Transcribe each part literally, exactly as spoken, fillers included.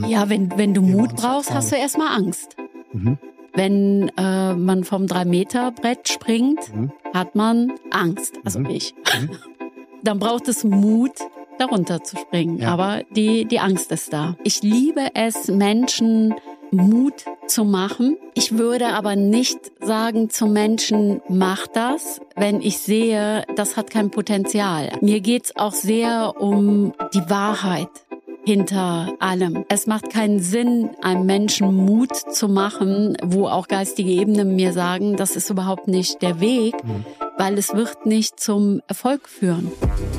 Ja, wenn, wenn du Mut brauchst, hast du erstmal Angst. Mhm. Wenn äh, man vom drei Meter Brett springt, Mhm. hat man Angst, also Mhm. ich. Mhm. Dann braucht es Mut, darunter zu springen. Ja. Aber die, die Angst ist da. Ich liebe es, Menschen Mut zu machen. Ich würde aber nicht sagen zu Menschen, mach das, wenn ich sehe, das hat kein Potenzial. Mir geht's auch sehr um die Wahrheit hinter allem. Es macht keinen Sinn, einem Menschen Mut zu machen, wo auch geistige Ebenen mir sagen, das ist überhaupt nicht der Weg, Mhm. weil es wird nicht zum Erfolg führen.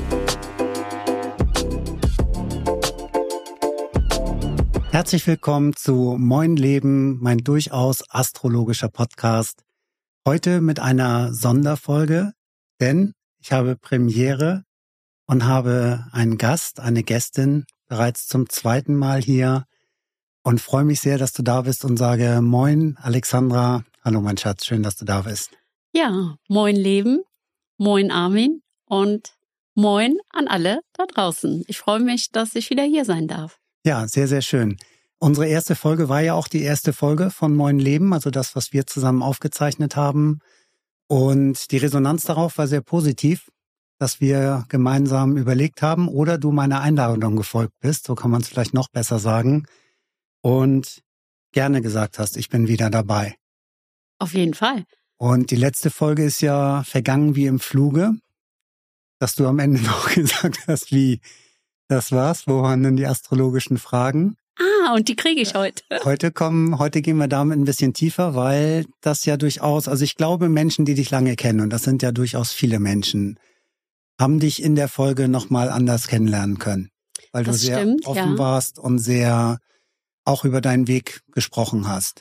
Herzlich willkommen zu Moin Leben, mein durchaus astrologischer Podcast. Heute mit einer Sonderfolge, denn ich habe Premiere und habe einen Gast, eine Gästin bereits zum zweiten Mal hier und freue mich sehr, dass du da bist und sage Moin Alexandra. Hallo mein Schatz, schön, dass du da bist. Ja, moin Leben, moin Armin und moin an alle da draußen. Ich freue mich, dass ich wieder hier sein darf. Ja, sehr, sehr schön. Unsere erste Folge war ja auch die erste Folge von Moin Leben, also das, was wir zusammen aufgezeichnet haben. Und die Resonanz darauf war sehr positiv, dass wir gemeinsam überlegt haben oder du meiner Einladung gefolgt bist, so kann man es vielleicht noch besser sagen, und gerne gesagt hast, ich bin wieder dabei. Auf jeden Fall. Und die letzte Folge ist ja vergangen wie im Fluge, dass du am Ende noch gesagt hast, wie das war's, wo waren denn die astrologischen Fragen? Ah, und die kriege ich heute. Heute kommen, heute gehen wir damit ein bisschen tiefer, weil das ja durchaus, also ich glaube, Menschen, die dich lange kennen, und das sind ja durchaus viele Menschen, haben dich in der Folge nochmal anders kennenlernen können. Weil Das du sehr stimmt, offen ja. warst und sehr auch über deinen Weg gesprochen hast.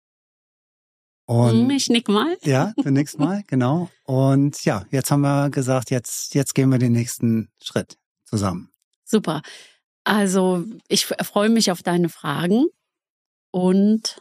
Und Ich nick mal. ja, zunächst mal, genau. Und ja, jetzt haben wir gesagt, jetzt, jetzt gehen wir den nächsten Schritt zusammen. Super. Also ich freue mich auf deine Fragen und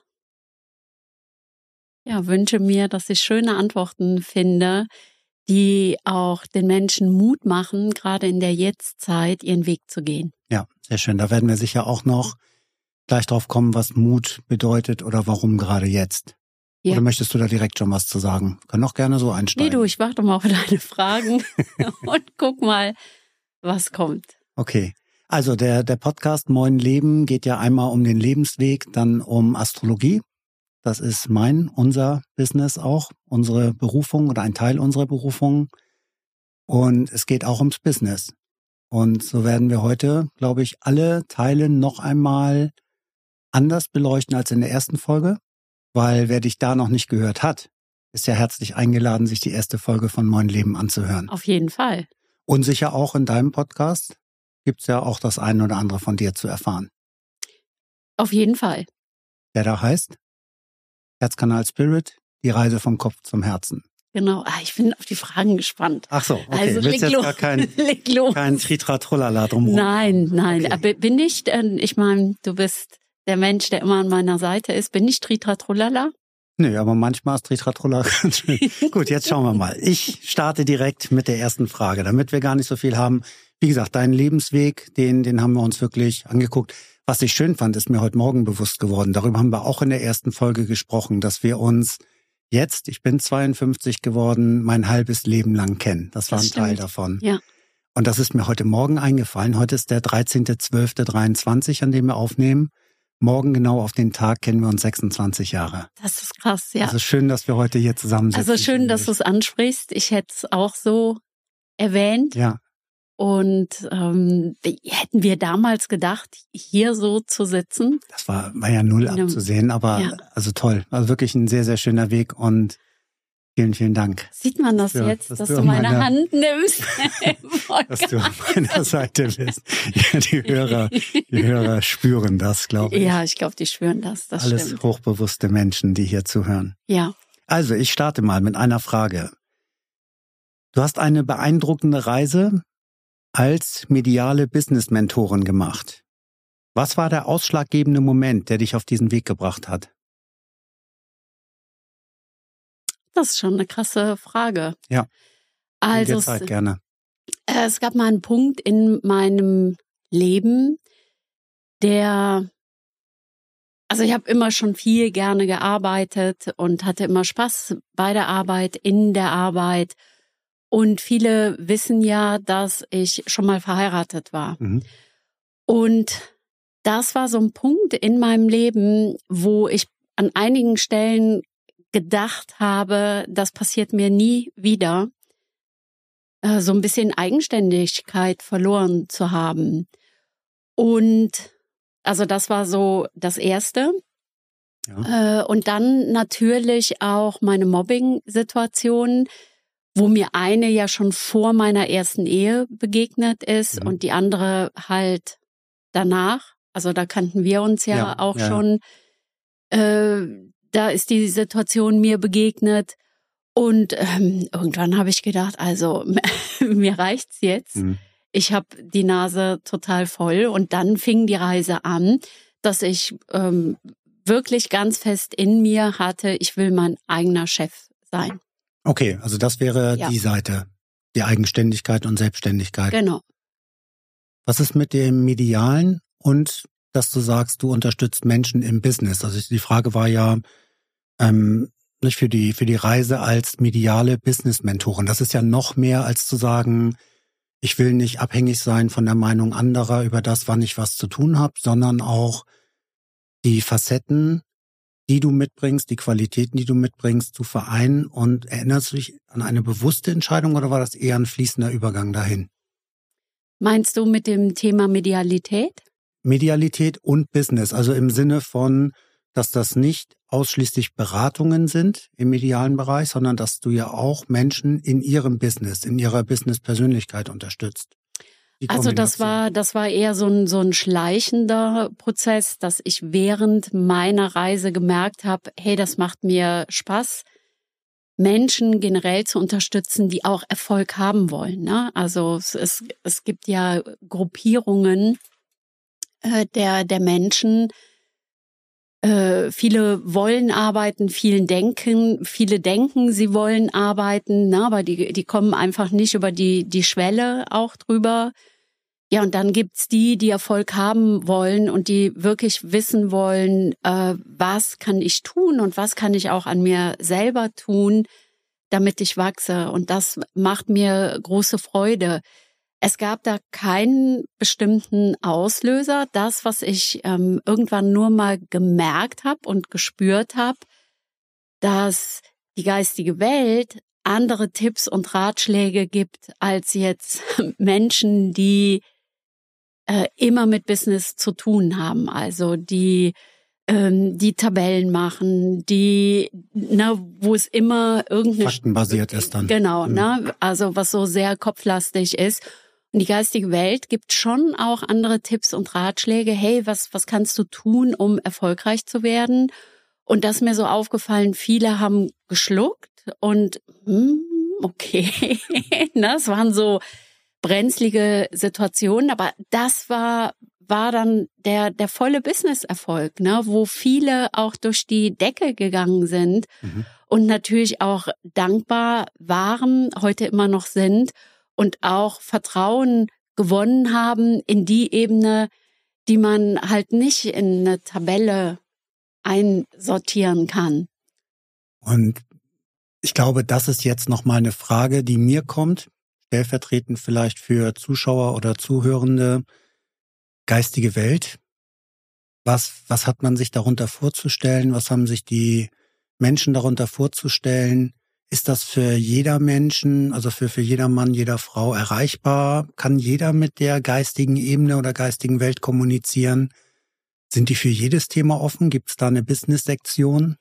ja, wünsche mir, dass ich schöne Antworten finde, die auch den Menschen Mut machen, gerade in der Jetztzeit ihren Weg zu gehen. Ja, sehr schön. Da werden wir sicher auch noch gleich drauf kommen, was Mut bedeutet oder warum gerade jetzt. Ja. Oder möchtest du da direkt schon was zu sagen? Können auch gerne so einsteigen. Nee, du, ich warte mal auf deine Fragen und guck mal, was kommt. Okay. Also der, der Podcast Moin Leben geht ja einmal um den Lebensweg, dann um Astrologie. Das ist mein, unser Business auch, unsere Berufung oder ein Teil unserer Berufung. Und es geht auch ums Business. Und so werden wir heute, glaube ich, alle Teile noch einmal anders beleuchten als in der ersten Folge. Weil wer dich da noch nicht gehört hat, ist ja herzlich eingeladen, sich die erste Folge von Moin Leben anzuhören. Auf jeden Fall. Und sicher auch in deinem Podcast gibt's ja auch das eine oder andere von dir zu erfahren. Auf jeden Fall. Der da heißt Herzkanal Spirit, die Reise vom Kopf zum Herzen. Genau. Ah, ich bin auf die Fragen gespannt. Ach so, okay. Also, Willst jetzt leg gar kein, leg los. kein Tritratrolala drumherum? Nein, nein. Okay. Aber bin ich, äh, ich meine, du bist der Mensch, der immer an meiner Seite ist. Bin ich Tritratrolala? Nö, aber manchmal ist Tritratrolla ganz schön. Gut, jetzt schauen wir mal. Ich starte direkt mit der ersten Frage, damit wir gar nicht so viel haben. Wie gesagt, deinen Lebensweg, den, den haben wir uns wirklich angeguckt. Was ich schön fand, ist mir heute Morgen bewusst geworden. Darüber haben wir auch in der ersten Folge gesprochen, dass wir uns jetzt, ich bin zweiundfünfzig geworden, mein halbes Leben lang kennen. Das war Das ein Teil stimmt. davon. Ja. Und das ist mir heute Morgen eingefallen. Heute ist der dreizehnter zwölfter dreiundzwanzig, an dem wir aufnehmen. Morgen genau auf den Tag kennen wir uns sechsundzwanzig Jahre. Das ist krass, ja. Also schön, dass wir heute hier zusammensitzen. Also schön, dass du es ansprichst. Ich hätte es auch so erwähnt. Ja, Und ähm, hätten wir damals gedacht, hier so zu sitzen? das war, war ja null In einem- abzusehen, aber ja. also toll. Also wirklich ein sehr, sehr schöner Weg und vielen, vielen Dank, Sieht man das Ja, jetzt, dass dass du du an meine meiner- Hand nimmst? dass du an meiner Seite bist. Ja, die Hörer, die Hörer spüren das, glaube ich. Ja, ich glaube, die spüren das. Das Alles stimmt. hochbewusste Menschen, die hier zuhören. Ja. Also, ich starte mal mit einer Frage. Du hast eine beeindruckende Reise als mediale Business-Mentorin gemacht. Was war der ausschlaggebende Moment, der dich auf diesen Weg gebracht hat? Das ist schon eine krasse Frage. Ja. Also Dir Zeit, es, gerne. äh, es gab mal einen Punkt in meinem Leben, der Also ich habe immer schon viel gerne gearbeitet und hatte immer Spaß bei der Arbeit, in der Arbeit. Und viele wissen ja, dass ich schon mal verheiratet war. Mhm. Und das war so ein Punkt in meinem Leben, wo ich an einigen Stellen gedacht habe, das passiert mir nie wieder, äh, so ein bisschen Eigenständigkeit verloren zu haben. Und also das war so das Erste. Ja. Äh, und dann natürlich auch meine Mobbing-Situation, wo mir eine ja schon vor meiner ersten Ehe begegnet ist mhm. und die andere halt danach. Also da kannten wir uns ja, ja auch ja. schon. Äh, da ist die Situation mir begegnet. Und ähm, irgendwann habe ich gedacht, also mir reicht's jetzt. Mhm. Ich habe die Nase total voll. Und dann fing die Reise an, dass ich ähm, wirklich ganz fest in mir hatte, ich will mein eigener Chef sein. Okay, also das wäre ja. die Seite, die Eigenständigkeit und Selbstständigkeit. Genau. Was ist mit dem Medialen und dass du sagst, du unterstützt Menschen im Business? Also die Frage war ja ähm, nicht für die für die Reise als mediale Business-Mentorin. Das ist ja noch mehr als zu sagen, ich will nicht abhängig sein von der Meinung anderer über das, wann ich was zu tun habe, sondern auch die Facetten, die du mitbringst, die Qualitäten, die du mitbringst, zu vereinen. Und erinnerst du dich an eine bewusste Entscheidung oder war das eher ein fließender Übergang dahin? Meinst du mit dem Thema Medialität? Medialität und Business, also im Sinne von, dass das nicht ausschließlich Beratungen sind im medialen Bereich, sondern dass du ja auch Menschen in ihrem Business, in ihrer Business-Persönlichkeit unterstützt. Also das war, das war eher so ein, so ein schleichender Prozess, dass ich während meiner Reise gemerkt habe, hey, das macht mir Spaß, Menschen generell zu unterstützen, die auch Erfolg haben wollen. Ne? Also es, es, es gibt ja Gruppierungen äh, der, der Menschen. Äh, viele wollen arbeiten, vielen denken, viele denken, sie wollen arbeiten, ne? Aber die, die kommen einfach nicht über die, die Schwelle auch drüber. Ja, und dann gibt's die, die Erfolg haben wollen und die wirklich wissen wollen, äh, was kann ich tun und was kann ich auch an mir selber tun, damit ich wachse. Und das macht mir große Freude. Es gab da keinen bestimmten Auslöser. Das, was ich ähm, irgendwann nur mal gemerkt habe und gespürt habe, dass die geistige Welt andere Tipps und Ratschläge gibt als jetzt Menschen, die äh, immer mit Business zu tun haben. Also die ähm, die Tabellen machen, die, na, wo es immer irgendeine faktenbasiert ist dann. Genau, mhm. ne, also was so sehr kopflastig ist. Und die geistige Welt gibt schon auch andere Tipps und Ratschläge. Hey, was was kannst du tun, um erfolgreich zu werden? Und das ist mir so aufgefallen, viele haben geschluckt und hm, okay, das waren so brenzlige Situationen, aber das war war dann der der volle Businesserfolg, ne, wo viele auch durch die Decke gegangen sind mhm. und natürlich auch dankbar waren, heute immer noch sind und auch Vertrauen gewonnen haben in die Ebene, die man halt nicht in eine Tabelle einsortieren kann. Und ich glaube, das ist jetzt nochmal eine Frage, die mir kommt, stellvertretend vielleicht für Zuschauer oder Zuhörende. Geistige Welt. Was, was hat man sich darunter vorzustellen? Was haben sich die Menschen darunter vorzustellen? Ist das für jeder Menschen, also für, für jeder Mann, jeder Frau erreichbar? Kann jeder mit der geistigen Ebene oder geistigen Welt kommunizieren? Sind die für jedes Thema offen? Gibt es da eine Business-Sektion?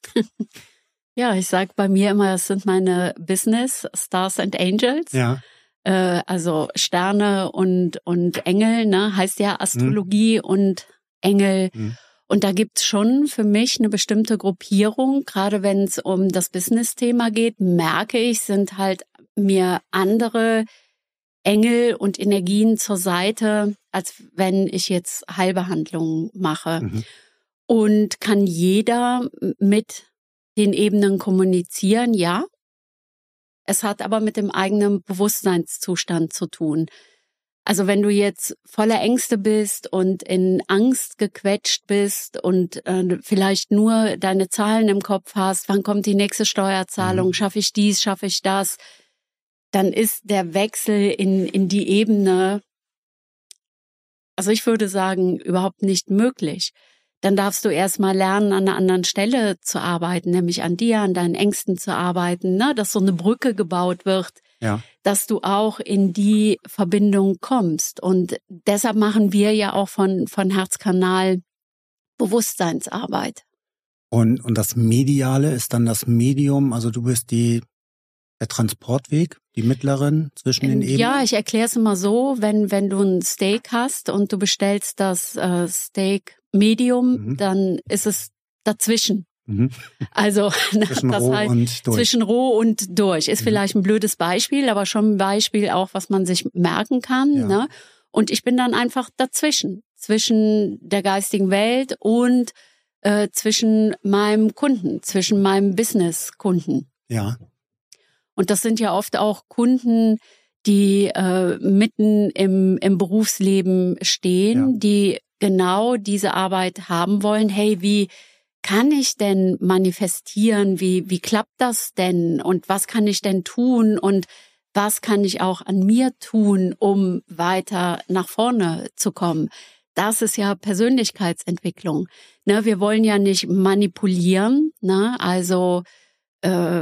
Ja, ich sag bei mir immer, das sind meine Business Stars and Angels. Ja. Äh, also Sterne und und Engel, ne, heißt ja Astrologie mhm. und Engel. Mhm. Und da gibt's schon für mich eine bestimmte Gruppierung. Gerade wenn es um das Business-Thema geht, merke ich, sind halt mir andere Engel und Energien zur Seite, als wenn ich jetzt Heilbehandlungen mache. Mhm. Und kann jeder mit den Ebenen kommunizieren? Ja. Es hat aber mit dem eigenen Bewusstseinszustand zu tun. Also wenn du jetzt voller Ängste bist und in Angst gequetscht bist und äh, vielleicht nur deine Zahlen im Kopf hast, wann kommt die nächste Steuerzahlung, mhm. schaffe ich dies, schaffe ich das, dann ist der Wechsel in in die Ebene, also ich würde sagen, überhaupt nicht möglich. Dann darfst du erstmal lernen, an einer anderen Stelle zu arbeiten, nämlich an dir, an deinen Ängsten zu arbeiten, ne? Dass so eine Brücke gebaut wird, ja. dass du auch in die Verbindung kommst. Und deshalb machen wir ja auch von von Herzkanal Bewusstseinsarbeit. Und und das Mediale ist dann das Medium, also du bist die der Transportweg, die Mittlerin zwischen den Ebenen? Ja, ich erkläre es immer so, wenn wenn du ein Steak hast und du bestellst das äh, Steak Medium, mhm. dann ist es dazwischen. Mhm. Also zwischen das roh heißt, und durch. Zwischen roh und durch. Ist mhm. vielleicht ein blödes Beispiel, aber schon ein Beispiel auch, was man sich merken kann. Ja. Ne? Und ich bin dann einfach dazwischen, zwischen der geistigen Welt und äh, zwischen meinem Kunden, zwischen meinem Business-Kunden. Ja. Und das sind ja oft auch Kunden, die äh, mitten im, im Berufsleben stehen, ja. die genau diese Arbeit haben wollen. Hey, wie kann ich denn manifestieren? Wie, wie klappt das denn? Und was kann ich denn tun? Und was kann ich auch an mir tun, um weiter nach vorne zu kommen? Das ist ja Persönlichkeitsentwicklung. Ne, wir wollen ja nicht manipulieren. Ne? Also äh,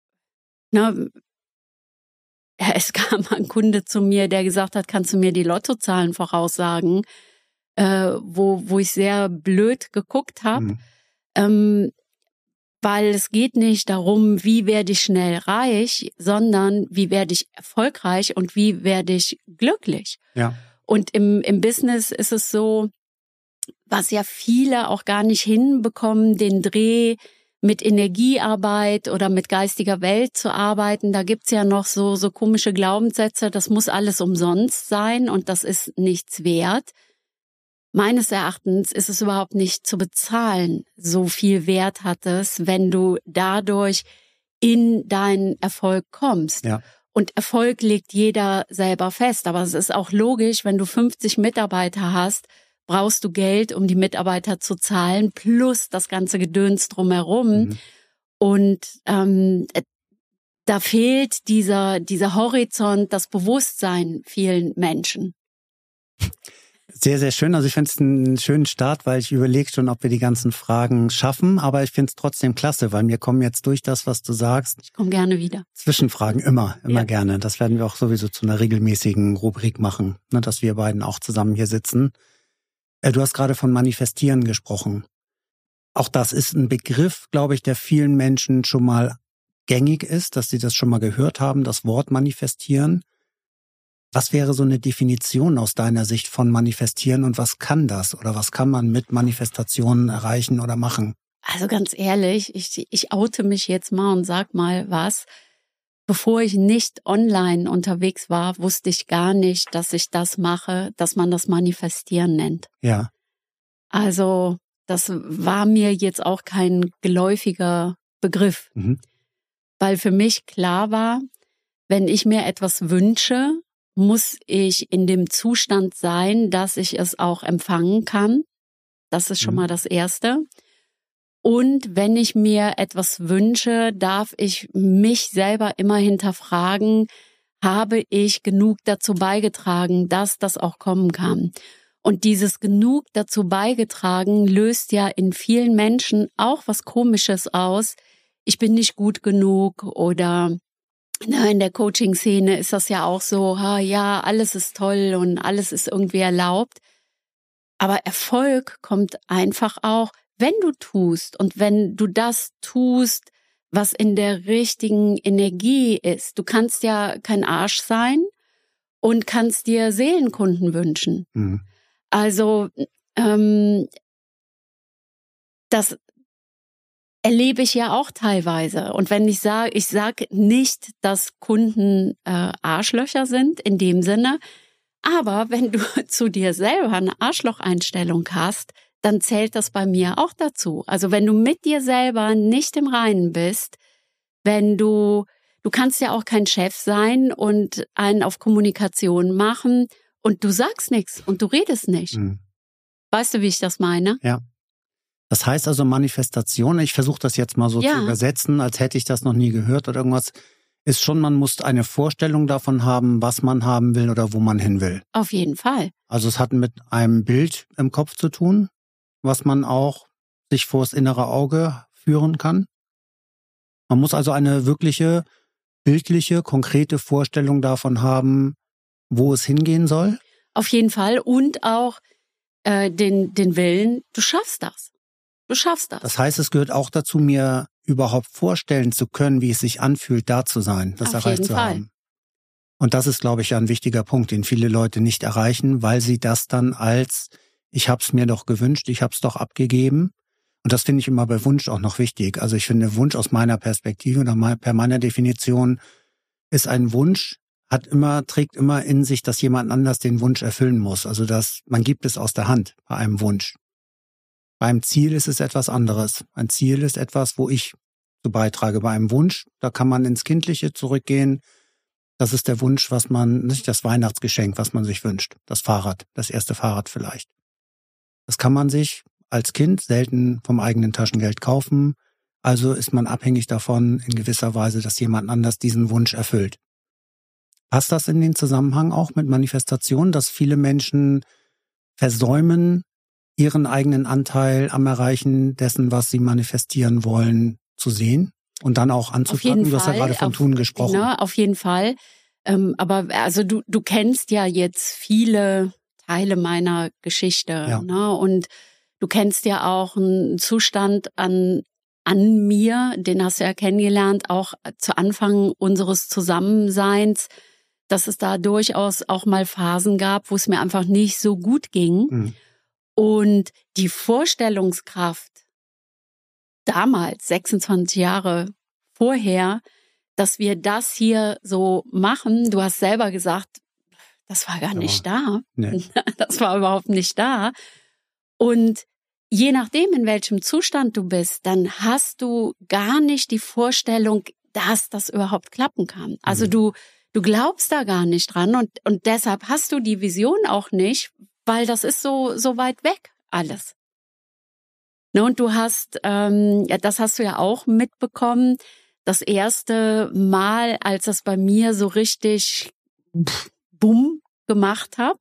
ne, es kam ein Kunde zu mir, der gesagt hat, kannst du mir die Lottozahlen voraussagen? Äh, wo wo ich sehr blöd geguckt habe, mhm. ähm, weil es geht nicht darum, wie werde ich schnell reich, sondern wie werde ich erfolgreich und wie werde ich glücklich. Ja. Und im im Business ist es so, was ja viele auch gar nicht hinbekommen, den Dreh mit Energiearbeit oder mit geistiger Welt zu arbeiten. Da gibt's ja noch so so komische Glaubenssätze, das muss alles umsonst sein und das ist nichts wert. Meines Erachtens ist es überhaupt nicht zu bezahlen. So viel Wert hat es, wenn du dadurch in deinen Erfolg kommst. Ja. Und Erfolg legt jeder selber fest. Aber es ist auch logisch, wenn du fünfzig Mitarbeiter hast, brauchst du Geld, um die Mitarbeiter zu zahlen, plus das ganze Gedöns drumherum. Mhm. Und ähm, da fehlt dieser dieser Horizont, das Bewusstsein vielen Menschen. Sehr, sehr schön. Also ich finde es einen schönen Start, weil ich überlege schon, ob wir die ganzen Fragen schaffen. Aber ich finde es trotzdem klasse, weil mir kommen jetzt durch das, was du sagst. Ich komme gerne wieder. Zwischenfragen, immer, immer ja. gerne. Das werden wir auch sowieso zu einer regelmäßigen Rubrik machen, ne, dass wir beiden auch zusammen hier sitzen. Du hast gerade von Manifestieren gesprochen. Auch das ist ein Begriff, glaube ich, der vielen Menschen schon mal gängig ist, dass sie das schon mal gehört haben, das Wort Manifestieren. Was wäre so eine Definition aus deiner Sicht von Manifestieren und was kann das oder was kann man mit Manifestationen erreichen oder machen? Also ganz ehrlich, ich, ich oute mich jetzt mal und sag mal was. Bevor ich nicht online unterwegs war, wusste ich gar nicht, dass ich das mache, dass man das Manifestieren nennt. Ja. Also das war mir jetzt auch kein geläufiger Begriff, mhm. weil für mich klar war, wenn ich mir etwas wünsche, muss ich in dem Zustand sein, dass ich es auch empfangen kann. Das ist schon mhm. mal das Erste. Und wenn ich mir etwas wünsche, darf ich mich selber immer hinterfragen, habe ich genug dazu beigetragen, dass das auch kommen kann? Und dieses genug dazu beigetragen löst ja in vielen Menschen auch was Komisches aus. Ich bin nicht gut genug oder in der Coaching-Szene ist das ja auch so, ja, alles ist toll und alles ist irgendwie erlaubt. Aber Erfolg kommt einfach auch, wenn du tust und wenn du das tust, was in der richtigen Energie ist. Du kannst ja kein Arsch sein und kannst dir Seelenkunden wünschen. Mhm. Also ähm, das erlebe ich ja auch teilweise. Und wenn ich sage, ich sage nicht, dass Kunden äh, Arschlöcher sind in dem Sinne, aber wenn du zu dir selber eine Arschlocheinstellung hast, dann zählt das bei mir auch dazu. Also wenn du mit dir selber nicht im Reinen bist, wenn du, du kannst ja auch kein Chef sein und einen auf Kommunikation machen und du sagst nichts und du redest nicht. Mhm. Weißt du, wie ich das meine? Ja. Das heißt also Manifestation, ich versuche das jetzt mal so ja. zu übersetzen, als hätte ich das noch nie gehört oder irgendwas, ist schon, man muss eine Vorstellung davon haben, was man haben will oder wo man hin will. Auf jeden Fall. Also es hat mit einem Bild im Kopf zu tun, was man auch sich vors innere Auge führen kann. Man muss also eine wirkliche, bildliche, konkrete Vorstellung davon haben, wo es hingehen soll. Auf jeden Fall und auch äh, den, den Willen, du schaffst das. Du schaffst das. Das heißt, es gehört auch dazu, mir überhaupt vorstellen zu können, wie es sich anfühlt, da zu sein, das Auf erreicht jeden zu Fall. haben. Und das ist, glaube ich, ein wichtiger Punkt, den viele Leute nicht erreichen, weil sie das dann als, ich habe es mir doch gewünscht, ich habe es doch abgegeben. Und das finde ich immer bei Wunsch auch noch wichtig. Also ich finde, Wunsch aus meiner Perspektive oder per meiner Definition ist ein Wunsch, hat immer, trägt immer in sich, dass jemand anders den Wunsch erfüllen muss. Also dass man gibt es aus der Hand bei einem Wunsch. Beim Ziel ist es etwas anderes. Ein Ziel ist etwas, wo ich zu beitrage. Bei einem Wunsch, da kann man ins Kindliche zurückgehen. Das ist der Wunsch, was man, nicht das Weihnachtsgeschenk, was man sich wünscht. Das Fahrrad, das erste Fahrrad vielleicht. Das kann man sich als Kind selten vom eigenen Taschengeld kaufen. Also ist man abhängig davon in gewisser Weise, dass jemand anders diesen Wunsch erfüllt. Passt das in den Zusammenhang auch mit Manifestation, dass viele Menschen versäumen, ihren eigenen Anteil am Erreichen dessen, was sie manifestieren wollen, zu sehen und dann auch anzupacken? Du hast ja gerade vom Tun gesprochen. Ne, auf jeden Fall. Ähm, aber also du, du kennst ja jetzt viele Teile meiner Geschichte. Ja. Ne? Und du kennst ja auch einen Zustand an, an mir, den hast du ja kennengelernt, auch zu Anfang unseres Zusammenseins, dass es da durchaus auch mal Phasen gab, wo es mir einfach nicht so gut ging. Mhm. Und die Vorstellungskraft damals, sechsundzwanzig Jahre vorher, dass wir das hier so machen, du hast selber gesagt, das war gar nicht da. Nee. Das war überhaupt nicht da. Und je nachdem, in welchem Zustand du bist, dann hast du gar nicht die Vorstellung, dass das überhaupt klappen kann. Also mhm. du, du glaubst da gar nicht dran und, und deshalb hast du die Vision auch nicht, weil das ist so, so weit weg, alles. Ne, und du hast, ähm, ja, das hast du ja auch mitbekommen, das erste Mal, als das bei mir so richtig bumm gemacht habe,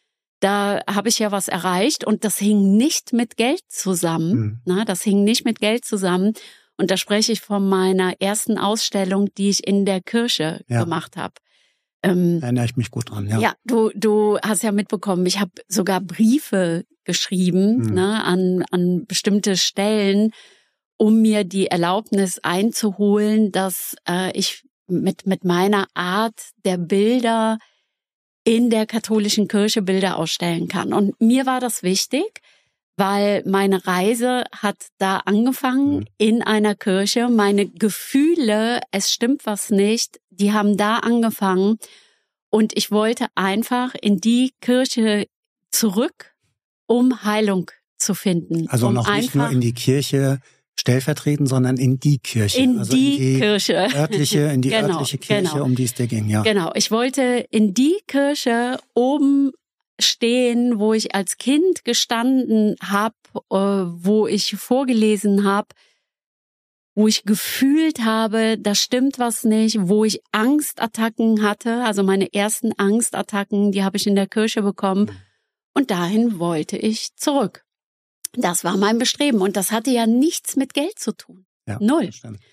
da habe ich ja was erreicht und das hing nicht mit Geld zusammen. Mhm. Na, das hing nicht mit Geld zusammen. Und da spreche ich von meiner ersten Ausstellung, die ich in der Kirche ja. gemacht habe. Ähm, Erinnere ich mich gut dran, ja. Ja, du, du hast ja mitbekommen, ich habe sogar Briefe geschrieben mhm. ne, an, an bestimmte Stellen, um mir die Erlaubnis einzuholen, dass äh, ich mit, mit meiner Art der Bilder in der katholischen Kirche Bilder ausstellen kann. Und mir war das wichtig, weil meine Reise hat da angefangen mhm. in einer Kirche. Meine Gefühle, es stimmt was nicht, die haben da angefangen. Und ich wollte einfach in die Kirche zurück, um Heilung zu finden. Also um noch nicht nur in die Kirche stellvertretend, sondern in die Kirche. In, also die, in die Kirche. Örtliche, in die genau, örtliche Kirche, genau. um die es dir ging, ja. Genau, ich wollte in die Kirche oben stehen, wo ich als Kind gestanden habe, wo ich vorgelesen habe, wo ich gefühlt habe, da stimmt was nicht, wo ich Angstattacken hatte, also meine ersten Angstattacken, die habe ich in der Kirche bekommen und dahin wollte ich zurück. Das war mein Bestreben und das hatte ja nichts mit Geld zu tun. Ja, null.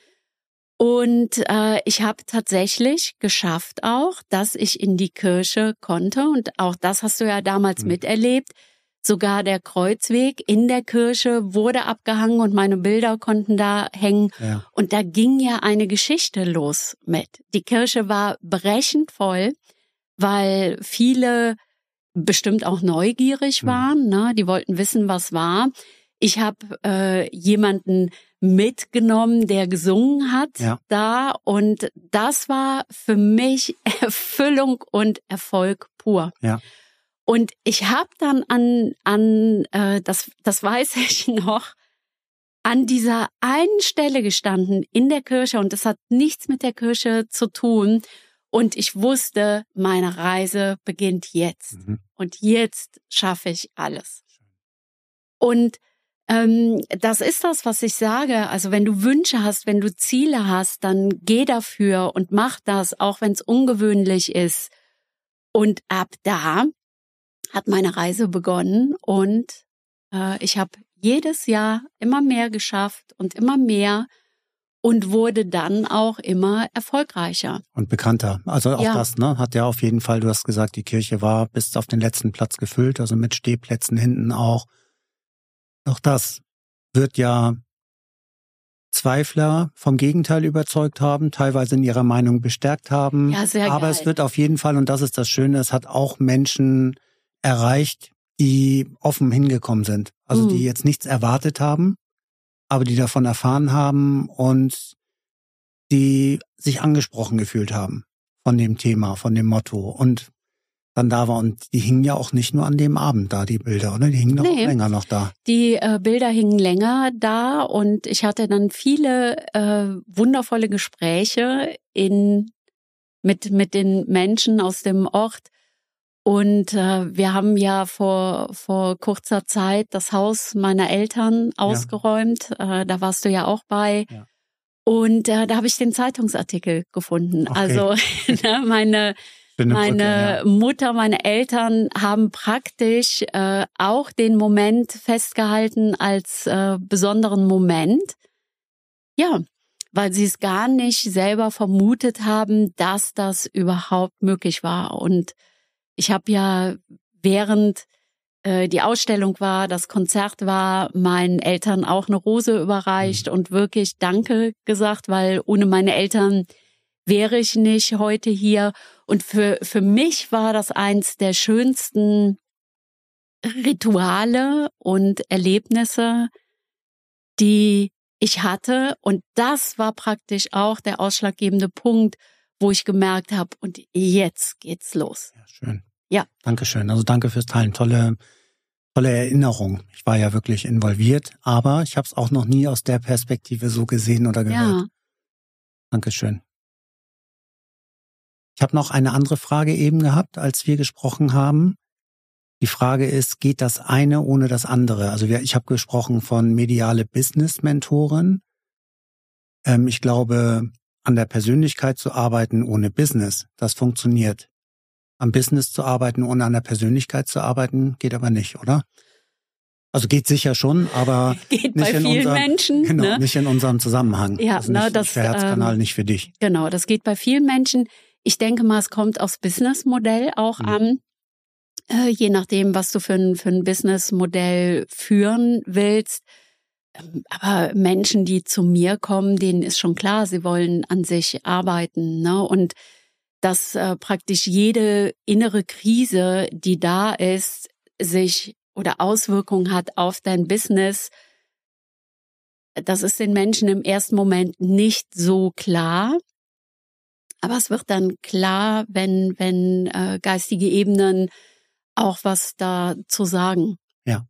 Und äh, ich habe tatsächlich geschafft auch, dass ich in die Kirche konnte und auch das hast du ja damals mhm. miterlebt. Sogar der Kreuzweg in der Kirche wurde abgehangen und meine Bilder konnten da hängen. Ja. Und da ging ja eine Geschichte los mit. Die Kirche war brechend voll, weil viele bestimmt auch neugierig waren. Mhm. Ne? Die wollten wissen, was war. Ich habe äh, jemanden mitgenommen, der gesungen hat ja. da. Und das war für mich Erfüllung und Erfolg pur. Ja. Und ich habe dann an, an äh, das, das weiß ich noch, an dieser einen Stelle gestanden in der Kirche und das hat nichts mit der Kirche zu tun. Und ich wusste, meine Reise beginnt jetzt. Mhm. Und jetzt schaffe ich alles. Und ähm, das ist das, was ich sage. Also wenn du Wünsche hast, wenn du Ziele hast, dann geh dafür und mach das, auch wenn es ungewöhnlich ist. Und ab da hat meine Reise begonnen und äh, ich habe jedes Jahr immer mehr geschafft und immer mehr und wurde dann auch immer erfolgreicher. Und bekannter. Also auch ja. das, ne, hat ja auf jeden Fall, du hast gesagt, die Kirche war bis auf den letzten Platz gefüllt, also mit Stehplätzen hinten auch. Auch das wird ja Zweifler vom Gegenteil überzeugt haben, teilweise in ihrer Meinung bestärkt haben. Ja, sehr Aber geil. Es wird auf jeden Fall, und das ist das Schöne, es hat auch Menschen erreicht, die offen hingekommen sind. Also mhm. die jetzt nichts erwartet haben, aber die davon erfahren haben und die sich angesprochen gefühlt haben von dem Thema, von dem Motto und dann da war. Und die hingen ja auch nicht nur an dem Abend da, die Bilder, oder? Die hingen nee, auch länger noch da. Die äh, Bilder hingen länger da und ich hatte dann viele äh, wundervolle Gespräche in mit mit den Menschen aus dem Ort. Und äh, wir haben ja vor vor kurzer Zeit das Haus meiner Eltern ausgeräumt. Ja. Äh, da warst du ja auch bei. Ja. Und äh, da habe ich den Zeitungsartikel gefunden. Okay. Also ne, meine meine Brücke, ja. Mutter, meine Eltern haben praktisch äh, auch den Moment festgehalten als äh, besonderen Moment. Ja, weil sie es gar nicht selber vermutet haben, dass das überhaupt möglich war. Und ich habe ja, während äh, die Ausstellung war, das Konzert war, meinen Eltern auch eine Rose überreicht mhm. und wirklich Danke gesagt, weil ohne meine Eltern wäre ich nicht heute hier. Und für für mich war das eins der schönsten Rituale und Erlebnisse, die ich hatte. Und das war praktisch auch der ausschlaggebende Punkt, wo ich gemerkt habe, und jetzt geht's los. Ja, schön. Ja. Dankeschön. Also danke fürs Teilen. Tolle, tolle Erinnerung. Ich war ja wirklich involviert, aber ich habe es auch noch nie aus der Perspektive so gesehen oder gehört. Ja. Dankeschön. Ich habe noch eine andere Frage eben gehabt, als wir gesprochen haben. Die Frage ist, geht das eine ohne das andere? Also wir, ich habe gesprochen von mediale Business-Mentoren. Ähm, ich glaube, an der Persönlichkeit zu arbeiten ohne Business, das funktioniert. Am Business zu arbeiten, ohne an der Persönlichkeit zu arbeiten, geht aber nicht, oder? Also geht sicher schon, aber geht nicht bei in vielen unserem, Menschen, genau, ne? nicht in unserem Zusammenhang. Ja, also na, nicht, das nicht für Herzkanal, ähm, nicht für dich. Genau, das geht bei vielen Menschen. Ich denke mal, es kommt aufs Businessmodell auch mhm. an. Äh, je nachdem, was du für ein, für ein Businessmodell führen willst. Aber Menschen, die zu mir kommen, denen ist schon klar, sie wollen an sich arbeiten, ne? Und dass äh, praktisch jede innere Krise, die da ist, sich oder Auswirkungen hat auf dein Business, das ist den Menschen im ersten Moment nicht so klar. Aber es wird dann klar, wenn wenn äh, geistige Ebenen auch was dazu sagen. Ja.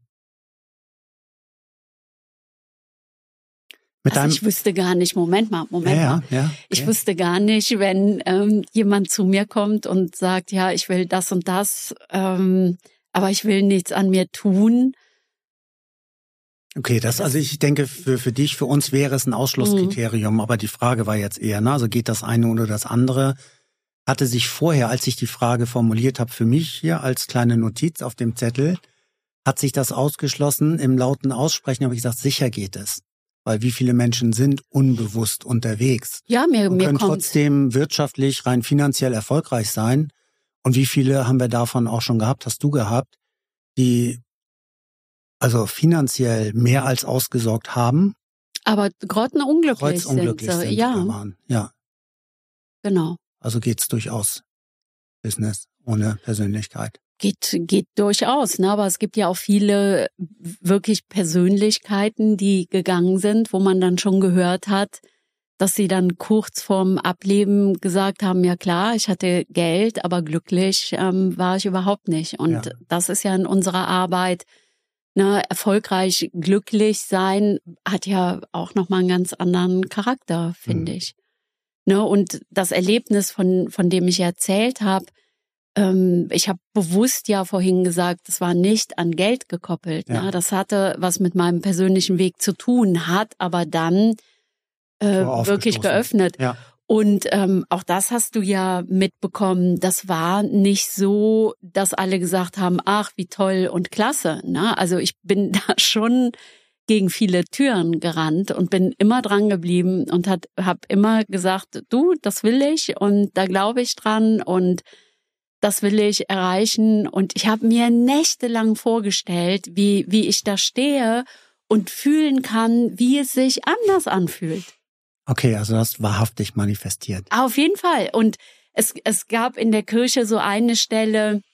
Mit also ich wüsste gar nicht, Moment mal, Moment ja, mal. Ja, okay. Ich wüsste gar nicht, wenn ähm, jemand zu mir kommt und sagt, ja, ich will das und das, ähm, aber ich will nichts an mir tun. Okay, das, also ich denke, für, für dich, für uns wäre es ein Ausschlusskriterium, mhm. aber die Frage war jetzt eher, ne, also geht das eine oder das andere? Hatte sich vorher, als ich die Frage formuliert habe, für mich hier als kleine Notiz auf dem Zettel, hat sich das ausgeschlossen. Im lauten Aussprechen habe ich gesagt, sicher geht es. Weil wie viele Menschen sind unbewusst unterwegs. Ja, mir, und mir können kommt trotzdem wirtschaftlich, rein finanziell erfolgreich sein. Und wie viele haben wir davon auch schon gehabt, hast du gehabt, die also finanziell mehr als ausgesorgt haben. Aber grottenunglücklich unglücklich sind, sind ja. waren. Ja. Genau. Also geht's durchaus. Business ohne Persönlichkeit. Geht, geht durchaus, ne? Aber es gibt ja auch viele wirklich Persönlichkeiten, die gegangen sind, wo man dann schon gehört hat, dass sie dann kurz vorm Ableben gesagt haben, ja klar, ich hatte Geld, aber glücklich ähm, war ich überhaupt nicht. Und ja. das ist ja in unserer Arbeit, ne, erfolgreich glücklich sein hat ja auch nochmal einen ganz anderen Charakter, finde mhm. ich. Ne? Und das Erlebnis, von, von dem ich erzählt habe, ähm, ich habe bewusst ja vorhin gesagt, es war nicht an Geld gekoppelt. Ja. Ne? Das hatte was mit meinem persönlichen Weg zu tun, hat aber dann äh, wirklich geöffnet. Ja. Und ähm, auch das hast du ja mitbekommen, das war nicht so, dass alle gesagt haben, ach, wie toll und klasse. Ne? Also ich bin da schon gegen viele Türen gerannt und bin immer dran geblieben und habe immer gesagt, du, das will ich und da glaube ich dran und das will ich erreichen. Und ich habe mir nächtelang vorgestellt, wie, wie ich da stehe und fühlen kann, wie es sich anders anfühlt. Okay, also das ist wahrhaftig manifestiert. Auf jeden Fall. Und es, es gab in der Kirche so eine Stelle,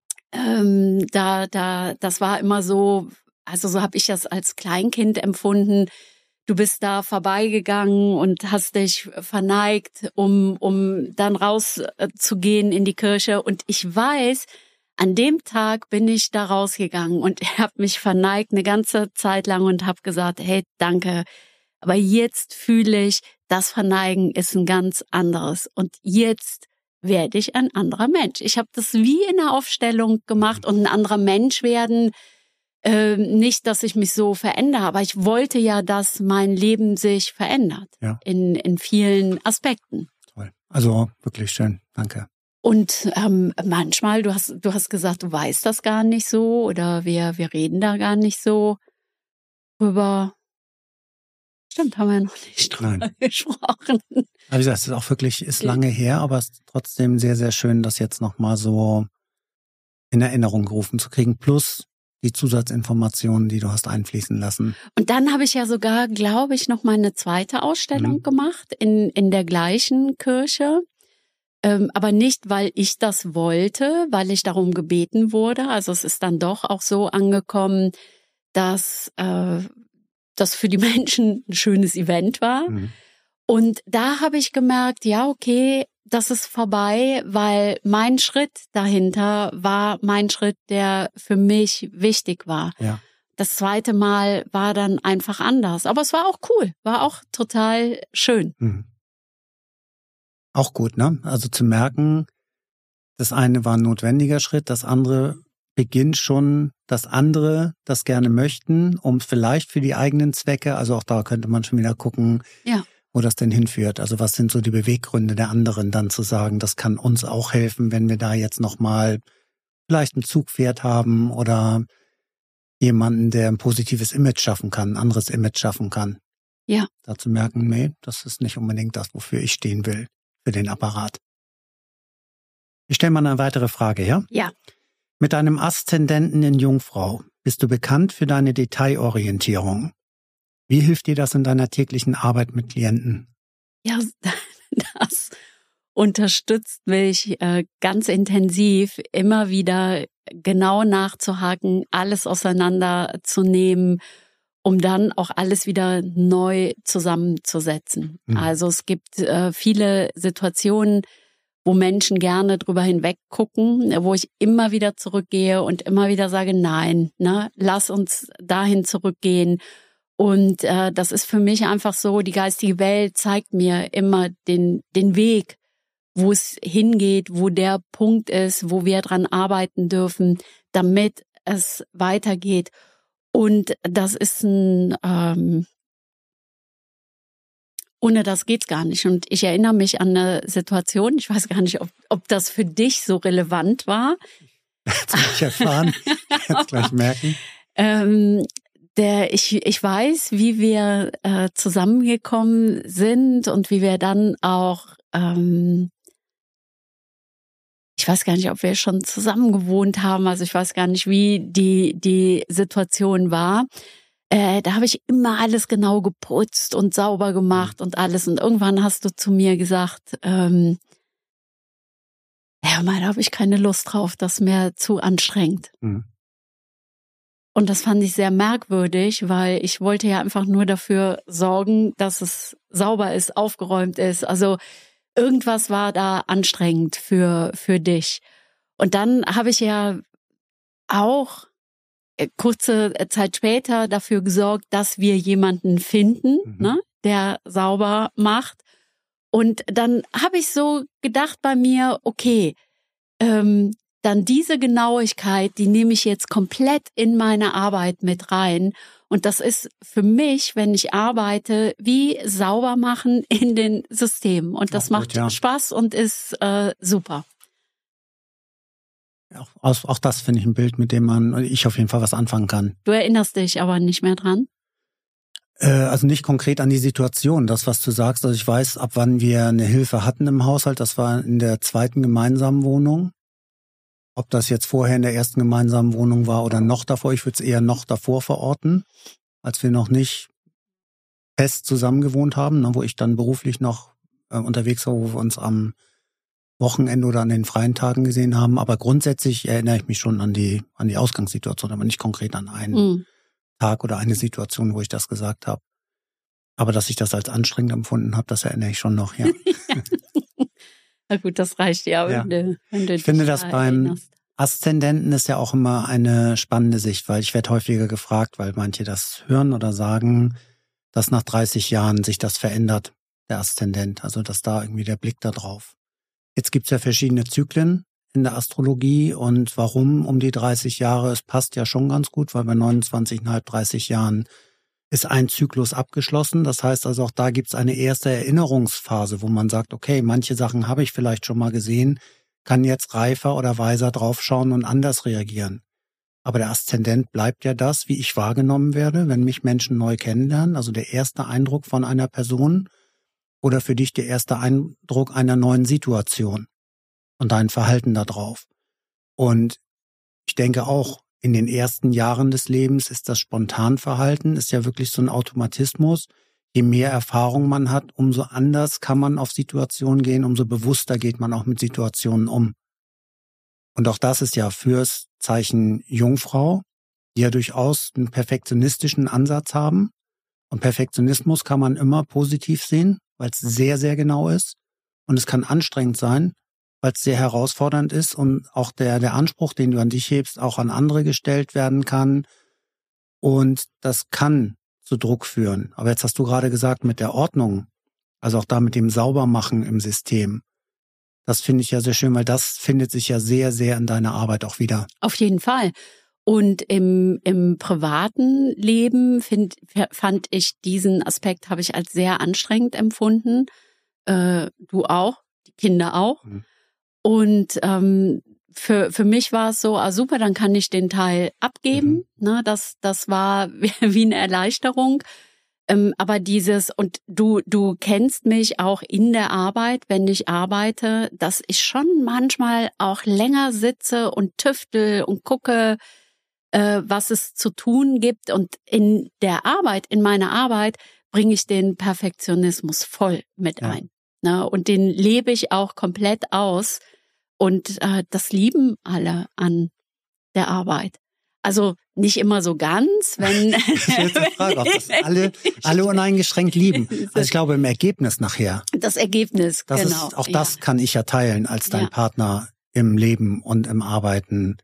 ähm, da, da, das war immer so, also so habe ich das als Kleinkind empfunden. Du bist da vorbeigegangen und hast dich verneigt, um, um dann rauszugehen in die Kirche. Und ich weiß, an dem Tag bin ich da rausgegangen und habe mich verneigt eine ganze Zeit lang und habe gesagt, hey, danke. Aber jetzt fühle ich, das Verneigen ist ein ganz anderes. Und jetzt werde ich ein anderer Mensch. Ich habe das wie in der Aufstellung gemacht und ein anderer Mensch werden. Äh, nicht, dass ich mich so verändere, aber ich wollte ja, dass mein Leben sich verändert. Ja. In, in vielen Aspekten. Toll. Also wirklich schön. Danke. Und ähm, manchmal, du hast, du hast gesagt, du weißt das gar nicht so oder wir, wir reden da gar nicht so drüber. Stimmt, haben wir noch nicht drüber Nein. gesprochen. Aber wie gesagt, es ist auch wirklich, ist lange her, aber es ist trotzdem sehr, sehr schön, das jetzt nochmal so in Erinnerung gerufen zu kriegen. Plus die Zusatzinformationen, die du hast einfließen lassen. Und dann habe ich ja sogar, glaube ich, noch mal eine zweite Ausstellung mhm. gemacht in, in der gleichen Kirche. Ähm, aber nicht, weil ich das wollte, weil ich darum gebeten wurde. Also es ist dann doch auch so angekommen, dass äh, das für die Menschen ein schönes Event war. Mhm. Und da habe ich gemerkt, ja, okay, das ist vorbei, weil mein Schritt dahinter war mein Schritt, der für mich wichtig war. Ja. Das zweite Mal war dann einfach anders. Aber es war auch cool, war auch total schön. Mhm. Auch gut, ne? Also zu merken, das eine war ein notwendiger Schritt, das andere beginnt schon, dass andere das gerne möchten, um vielleicht für die eigenen Zwecke, also auch da könnte man schon wieder gucken, ja. wo das denn hinführt. Also was sind so die Beweggründe der anderen, dann zu sagen, das kann uns auch helfen, wenn wir da jetzt nochmal vielleicht ein Zugpferd haben oder jemanden, der ein positives Image schaffen kann, ein anderes Image schaffen kann. Ja. Da zu merken, nee, das ist nicht unbedingt das, wofür ich stehen will, für den Apparat. Ich stelle mal eine weitere Frage, ja? Ja. Mit deinem Aszendenten in Jungfrau bist du bekannt für deine Detailorientierung. Wie hilft dir das in deiner täglichen Arbeit mit Klienten? Ja, das unterstützt mich äh, ganz intensiv, immer wieder genau nachzuhaken, alles auseinanderzunehmen, um dann auch alles wieder neu zusammenzusetzen. Mhm. Also es gibt äh, viele Situationen, wo Menschen gerne drüber hinweg gucken, wo ich immer wieder zurückgehe und immer wieder sage, nein, ne, lass uns dahin zurückgehen. Und äh, das ist für mich einfach so, die geistige Welt zeigt mir immer den den Weg, wo es hingeht, wo der Punkt ist, wo wir dran arbeiten dürfen, damit es weitergeht. Und das ist ein, ähm, ohne das geht's gar nicht. Und ich erinnere mich an eine Situation, ich weiß gar nicht, ob, ob das für dich so relevant war. Jetzt will ich erfahren, jetzt gleich merken. Ähm, der, ich, ich weiß, wie wir äh, zusammengekommen sind und wie wir dann auch, ähm, ich weiß gar nicht, ob wir schon zusammen gewohnt haben, also ich weiß gar nicht, wie die, die Situation war. Äh, da habe ich immer alles genau geputzt und sauber gemacht und alles. Und irgendwann hast du zu mir gesagt, ähm, ja, mal, da habe ich keine Lust drauf, das ist mir zu anstrengend. Mhm. Und das fand ich sehr merkwürdig, weil ich wollte ja einfach nur dafür sorgen, dass es sauber ist, aufgeräumt ist. Also irgendwas war da anstrengend für, für dich. Und dann habe ich ja auch kurze Zeit später dafür gesorgt, dass wir jemanden finden, mhm. ne, der sauber macht. Und dann habe ich so gedacht bei mir, okay, ähm, dann diese Genauigkeit, die nehme ich jetzt komplett in meine Arbeit mit rein. Und das ist für mich, wenn ich arbeite, wie sauber machen in den Systemen. Und das auch macht gut, ja. Spaß und ist äh, super. Auch, auch das finde ich ein Bild, mit dem man, ich auf jeden Fall was anfangen kann. Du erinnerst dich aber nicht mehr dran? Äh, also nicht konkret an die Situation, das, was du sagst. Also ich weiß, ab wann wir eine Hilfe hatten im Haushalt. Das war in der zweiten gemeinsamen Wohnung. Ob das jetzt vorher in der ersten gemeinsamen Wohnung war oder noch davor, ich würde es eher noch davor verorten, als wir noch nicht fest zusammen gewohnt haben, ne, wo ich dann beruflich noch äh, unterwegs war, wo wir uns am Wochenende oder an den freien Tagen gesehen haben. Aber grundsätzlich erinnere ich mich schon an die an die Ausgangssituation, aber nicht konkret an einen mhm. Tag oder eine Situation, wo ich das gesagt habe. Aber dass ich das als anstrengend empfunden habe, das erinnere ich schon noch, ja. Na gut, das reicht ja, wenn ja. du, wenn du Ich finde, das beim erinnerst. Aszendenten ist ja auch immer eine spannende Sicht, weil ich werde häufiger gefragt, weil manche das hören oder sagen, dass nach dreißig Jahren sich das verändert, der Aszendent, also dass da irgendwie der Blick da drauf. Jetzt gibt's ja verschiedene Zyklen in der Astrologie und warum um die dreißig Jahre, es passt ja schon ganz gut, weil bei neunundzwanzig Komma fünf, dreißig Jahren ist ein Zyklus abgeschlossen. Das heißt also auch da gibt's eine erste Erinnerungsphase, wo man sagt, okay, manche Sachen habe ich vielleicht schon mal gesehen, kann jetzt reifer oder weiser draufschauen und anders reagieren. Aber der Aszendent bleibt ja das, wie ich wahrgenommen werde, wenn mich Menschen neu kennenlernen, also der erste Eindruck von einer Person oder für dich der erste Eindruck einer neuen Situation und dein Verhalten da drauf. Und ich denke auch, in den ersten Jahren des Lebens ist das Spontanverhalten, ist ja wirklich so ein Automatismus. Je mehr Erfahrung man hat, umso anders kann man auf Situationen gehen, umso bewusster geht man auch mit Situationen um. Und auch das ist ja fürs Zeichen Jungfrau, die ja durchaus einen perfektionistischen Ansatz haben. Und Perfektionismus kann man immer positiv sehen, weil es sehr, sehr genau ist. Und es kann anstrengend sein, weil es sehr herausfordernd ist und auch der, der Anspruch, den du an dich hebst, auch an andere gestellt werden kann. Und das kann zu Druck führen. Aber jetzt hast du gerade gesagt, mit der Ordnung, also auch da mit dem Saubermachen im System. Das finde ich ja sehr schön, weil das findet sich ja sehr, sehr in deiner Arbeit auch wieder. Auf jeden Fall. Und im, im privaten Leben find, fand ich diesen Aspekt, habe ich als sehr anstrengend empfunden. Äh, du auch, die Kinder auch. Mhm. Und ähm, für für mich war es so, ah super, dann kann ich den Teil abgeben. Mhm. Ne, das das war wie, wie eine Erleichterung. Ähm, aber dieses, und du du kennst mich auch in der Arbeit, wenn ich arbeite, dass ich schon manchmal auch länger sitze und tüftel und gucke, äh, was es zu tun gibt. Und in der Arbeit, in meiner Arbeit, bringe ich den Perfektionismus voll mit ja. ein. Ne? Und den lebe ich auch komplett aus. Und äh, das lieben alle an der Arbeit. Also nicht immer so ganz, wenn... Das ist jetzt die Frage, ob das alle, alle uneingeschränkt lieben. Also ich glaube im Ergebnis nachher. Das Ergebnis, das genau. Ist, auch das ja. kann ich ja teilen als dein ja. Partner im Leben und im Arbeiten.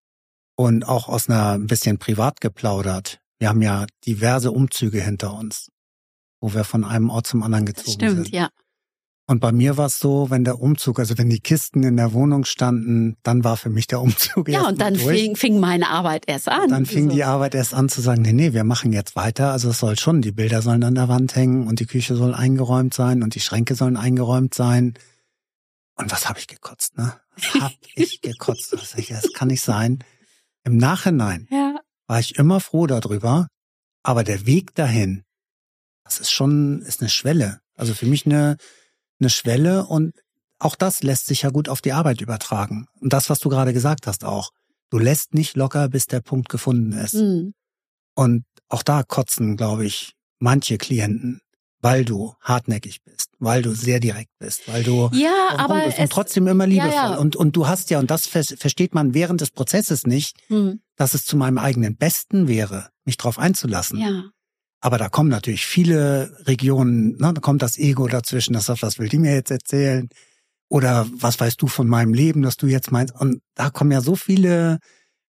Und auch aus einer ein bisschen privat geplaudert. Wir haben ja diverse Umzüge hinter uns, wo wir von einem Ort zum anderen gezogen Stimmt, sind. Stimmt, ja. Und bei mir war es so, wenn der Umzug, also wenn die Kisten in der Wohnung standen, dann war für mich der Umzug ja, erst und dann fing, fing meine Arbeit erst an. Dann fing so. die Arbeit erst an zu sagen, nee, nee, wir machen jetzt weiter. Also es soll schon, die Bilder sollen an der Wand hängen und die Küche soll eingeräumt sein und die Schränke sollen eingeräumt sein. Und was habe ich gekotzt, ne? Was hab ich gekotzt? Das kann nicht sein. Im Nachhinein ja. war ich immer froh darüber, aber der Weg dahin, das ist schon, ist eine Schwelle. Also für mich eine eine Schwelle und auch das lässt sich ja gut auf die Arbeit übertragen. Und das, was du gerade gesagt hast auch. Du lässt nicht locker, bis der Punkt gefunden ist. Mhm. Und auch da kotzen, glaube ich, manche Klienten, weil du hartnäckig bist, weil du sehr direkt bist, weil du ja, aber bist es, und trotzdem immer liebevoll. Ja, ja. Und, und du hast ja, und das versteht man während des Prozesses nicht, mhm. dass es zu meinem eigenen Besten wäre, mich drauf einzulassen. Ja. Aber da kommen natürlich viele Regionen, ne, da kommt das Ego dazwischen, das sagt, was will die mir jetzt erzählen? Oder was weißt du von meinem Leben, dass du jetzt meinst? Und da kommen ja so viele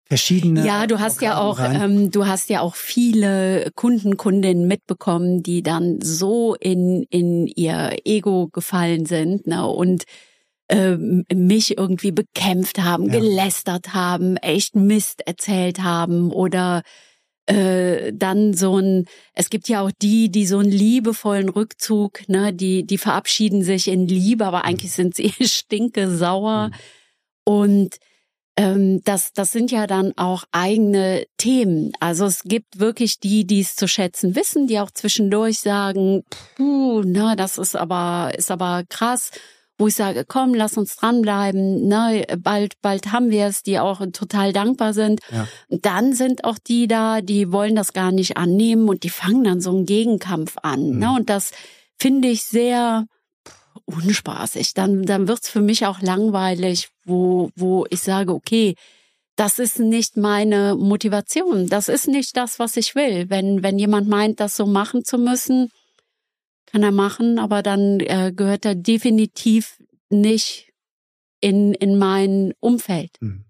verschiedene. Ja, du hast ja auch, ähm, du hast ja auch viele Kunden, Kundinnen mitbekommen, die dann so in in ihr Ego gefallen sind, ne, und ähm, mich irgendwie bekämpft haben, ja. gelästert haben, echt Mist erzählt haben oder äh, dann so ein, es gibt ja auch die, die so einen liebevollen Rückzug, ne, die die verabschieden sich in Liebe, aber eigentlich sind sie stinke sauer. Mhm. Und ähm, das das sind ja dann auch eigene Themen. Also es gibt wirklich die, die es zu schätzen wissen, die auch zwischendurch sagen, puh, na, das ist aber ist aber krass. Wo ich sage, komm, lass uns dranbleiben, ne, bald, bald haben wir es, die auch total dankbar sind. Ja. Dann sind auch die da, die wollen das gar nicht annehmen und die fangen dann so einen Gegenkampf an, mhm. ne, und das finde ich sehr unspaßig. Dann, dann wird's für mich auch langweilig, wo, wo ich sage, okay, das ist nicht meine Motivation, das ist nicht das, was ich will. Wenn, wenn jemand meint, das so machen zu müssen, kann er machen, aber dann äh, gehört er definitiv nicht in in mein Umfeld. Und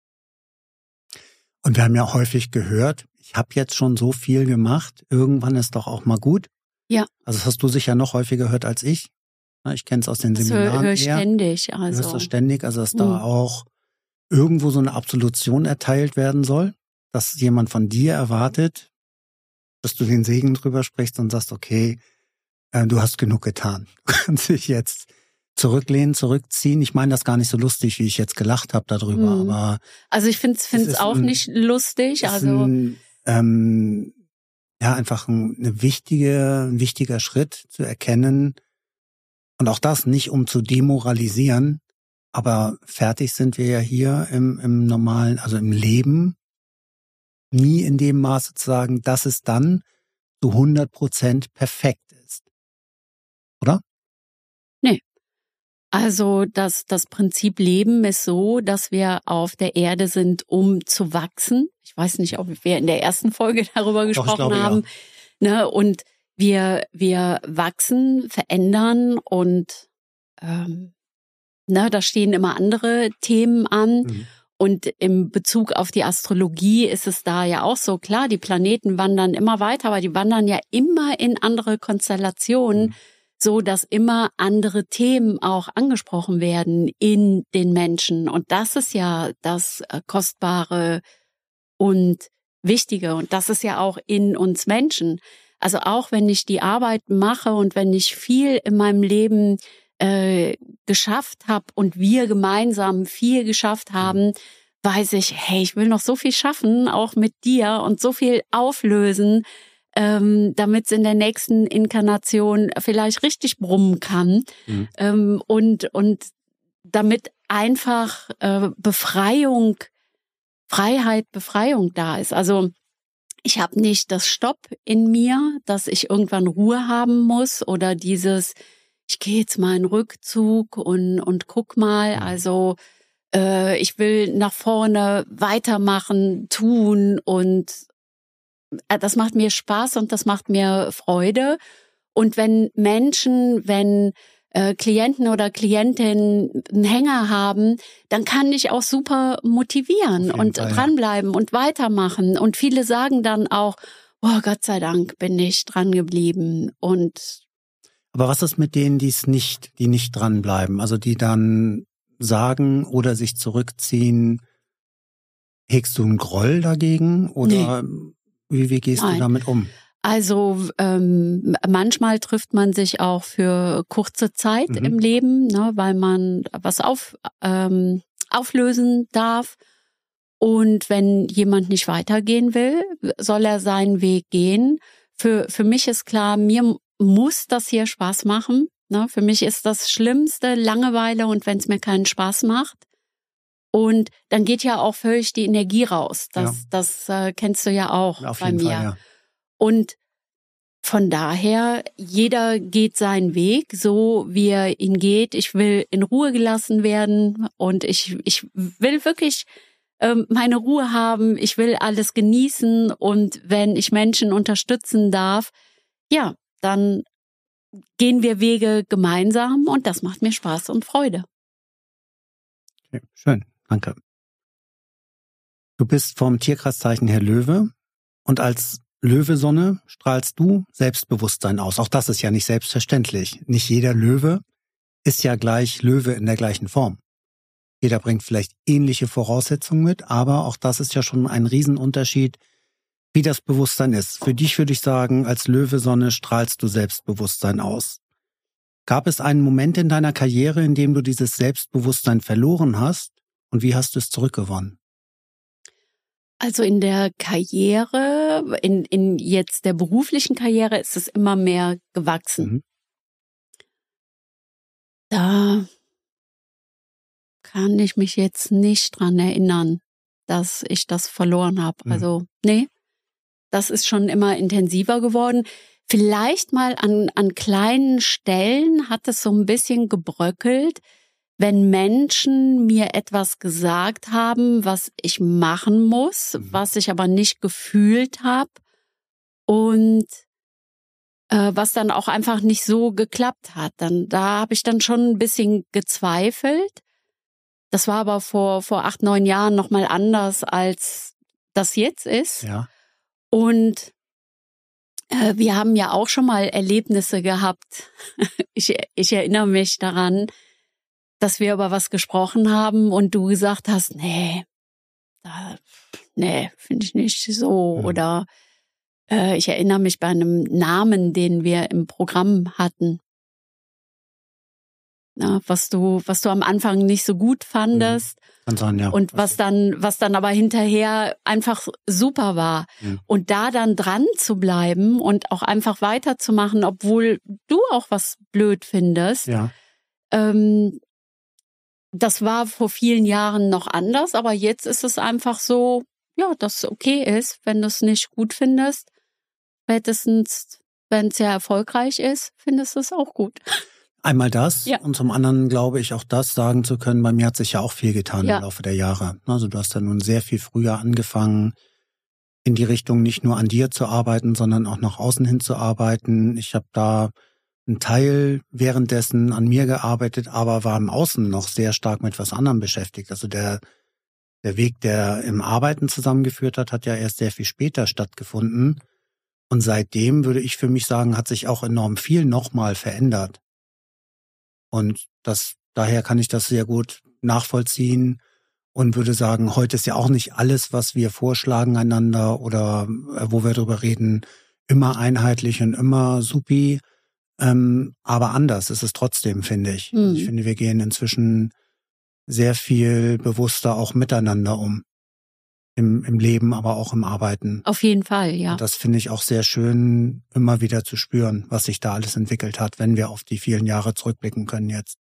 wir haben ja häufig gehört, ich habe jetzt schon so viel gemacht, irgendwann ist doch auch mal gut. Ja. Also das hast du sicher noch häufiger gehört als ich. Ich kenne es aus den das Seminaren hör, hör ich ständig. Also. Du hörst das ständig, also dass mhm. da auch irgendwo so eine Absolution erteilt werden soll, dass jemand von dir erwartet, dass du den Segen drüber sprichst und sagst, okay, du hast genug getan. Du kannst dich jetzt zurücklehnen, zurückziehen. Ich meine das gar nicht so lustig, wie ich jetzt gelacht habe darüber. Mhm. Aber also ich finde es es auch ein, nicht lustig. Also ein, ähm, ja, einfach ein, eine wichtige, ein wichtiger Schritt zu erkennen. Und auch das nicht, um zu demoralisieren. Aber fertig sind wir ja hier im, im normalen, also im Leben. Nie in dem Maße zu sagen, dass es dann zu hundert Prozent perfekt ist. Oder? Nee. Also das, das Prinzip Leben ist so, dass wir auf der Erde sind, um zu wachsen. Ich weiß nicht, ob wir in der ersten Folge darüber gesprochen Doch, ich glaube, haben. Ja. Ne, und wir, wir wachsen, verändern und ähm, ne, da stehen immer andere Themen an. Mhm. Und im Bezug auf die Astrologie ist es da ja auch so, klar, die Planeten wandern immer weiter, aber die wandern ja immer in andere Konstellationen, mhm. so dass immer andere Themen auch angesprochen werden in den Menschen. Und das ist ja das Kostbare und Wichtige. Und das ist ja auch in uns Menschen. Also auch wenn ich die Arbeit mache und wenn ich viel in meinem Leben äh, geschafft habe und wir gemeinsam viel geschafft haben, weiß ich, hey, ich will noch so viel schaffen, auch mit dir und so viel auflösen, ähm, damit es in der nächsten Inkarnation vielleicht richtig brummen kann. Mhm. Ähm, und und damit einfach äh, Befreiung, Freiheit, Befreiung da ist. Also ich habe nicht das Stopp in mir, dass ich irgendwann Ruhe haben muss oder dieses, ich gehe jetzt mal in Rückzug und und guck mal, also äh, ich will nach vorne weitermachen, tun und äh, das macht mir Spaß und das macht mir Freude. Und wenn Menschen, wenn äh, Klienten oder Klientinnen einen Hänger haben, dann kann ich auch super motivieren und Fall, dranbleiben ja. und weitermachen. Und viele sagen dann auch, oh Gott sei Dank bin ich dran geblieben und aber was ist mit denen, die es nicht, die nicht dranbleiben? Also die dann sagen oder sich zurückziehen, hegst du einen Groll dagegen oder nee. wie, wie gehst Nein. du damit um? Also ähm, manchmal trifft man sich auch für kurze Zeit mhm. im Leben, ne, weil man was auf, ähm, auflösen darf. Und wenn jemand nicht weitergehen will, soll er seinen Weg gehen. Für für mich ist klar, mir muss das hier Spaß machen. Ne? Für mich ist das Schlimmste Langeweile und wenn es mir keinen Spaß macht. Und dann geht ja auch völlig die Energie raus. Das, ja. das äh, kennst du ja auch Auf bei jeden mir. Fall, ja. Und von daher, jeder geht seinen Weg, so wie er ihn geht. Ich will in Ruhe gelassen werden und ich ich will wirklich ähm, meine Ruhe haben. Ich will alles genießen und wenn ich Menschen unterstützen darf, ja, dann gehen wir Wege gemeinsam und das macht mir Spaß und Freude. Okay, schön, danke. Du bist vom Tierkreiszeichen her Löwe und als Löwesonne strahlst du Selbstbewusstsein aus. Auch das ist ja nicht selbstverständlich. Nicht jeder Löwe ist ja gleich Löwe in der gleichen Form. Jeder bringt vielleicht ähnliche Voraussetzungen mit, aber auch das ist ja schon ein Riesenunterschied, wie das Bewusstsein ist. Für dich würde ich sagen, als Löwesonne strahlst du Selbstbewusstsein aus. Gab es einen Moment in deiner Karriere, in dem du dieses Selbstbewusstsein verloren hast? Und wie hast du es zurückgewonnen? Also in der Karriere, in, in jetzt der beruflichen Karriere ist es immer mehr gewachsen. Mhm. Da kann ich mich jetzt nicht dran erinnern, dass ich das verloren habe. Mhm. Also nee, das ist schon immer intensiver geworden. Vielleicht mal an, an kleinen Stellen hat es so ein bisschen gebröckelt, wenn Menschen mir etwas gesagt haben, was ich machen muss, Mhm. was ich aber nicht gefühlt habe und äh, was dann auch einfach nicht so geklappt hat. Dann da habe ich dann schon ein bisschen gezweifelt. Das war aber vor vor acht, neun Jahren noch mal anders, als das jetzt ist. Ja. Und äh, wir haben ja auch schon mal Erlebnisse gehabt. ich, ich erinnere mich daran, dass wir über was gesprochen haben und du gesagt hast, nee, da, nee, finde ich nicht so. Mhm. Oder äh, ich erinnere mich bei einem Namen, den wir im Programm hatten. Na, was du, was du am Anfang nicht so gut fandest. Kann sein, ja. Und was dann, was dann aber hinterher einfach super war. Mhm. Und da dann dran zu bleiben und auch einfach weiterzumachen, obwohl du auch was blöd findest. Ja. Ähm, das war vor vielen Jahren noch anders, aber jetzt ist es einfach so, ja, dass es okay ist, wenn du es nicht gut findest. Spätestens, wenn es ja erfolgreich ist, findest du es auch gut. Einmal das Ja. und zum anderen glaube ich auch das sagen zu können, bei mir hat sich ja auch viel getan Ja. im Laufe der Jahre. Also du hast ja nun sehr viel früher angefangen, in die Richtung nicht nur an dir zu arbeiten, sondern auch nach außen hin zu arbeiten. Ich habe da einen Teil währenddessen an mir gearbeitet, aber war im Außen noch sehr stark mit was anderem beschäftigt. Also der, der Weg, der im Arbeiten zusammengeführt hat, hat ja erst sehr viel später stattgefunden. Und seitdem würde ich für mich sagen, hat sich auch enorm viel nochmal verändert. Und das, daher kann ich das sehr gut nachvollziehen und würde sagen, heute ist ja auch nicht alles, was wir vorschlagen einander oder äh, wo wir drüber reden, immer einheitlich und immer supi, ähm, aber anders ist es trotzdem, finde ich. Mhm. Also ich finde, wir gehen inzwischen sehr viel bewusster auch miteinander um. Im, im Leben, aber auch im Arbeiten. Auf jeden Fall, ja. Und das finde ich auch sehr schön, immer wieder zu spüren, was sich da alles entwickelt hat, wenn wir auf die vielen Jahre zurückblicken können jetzt.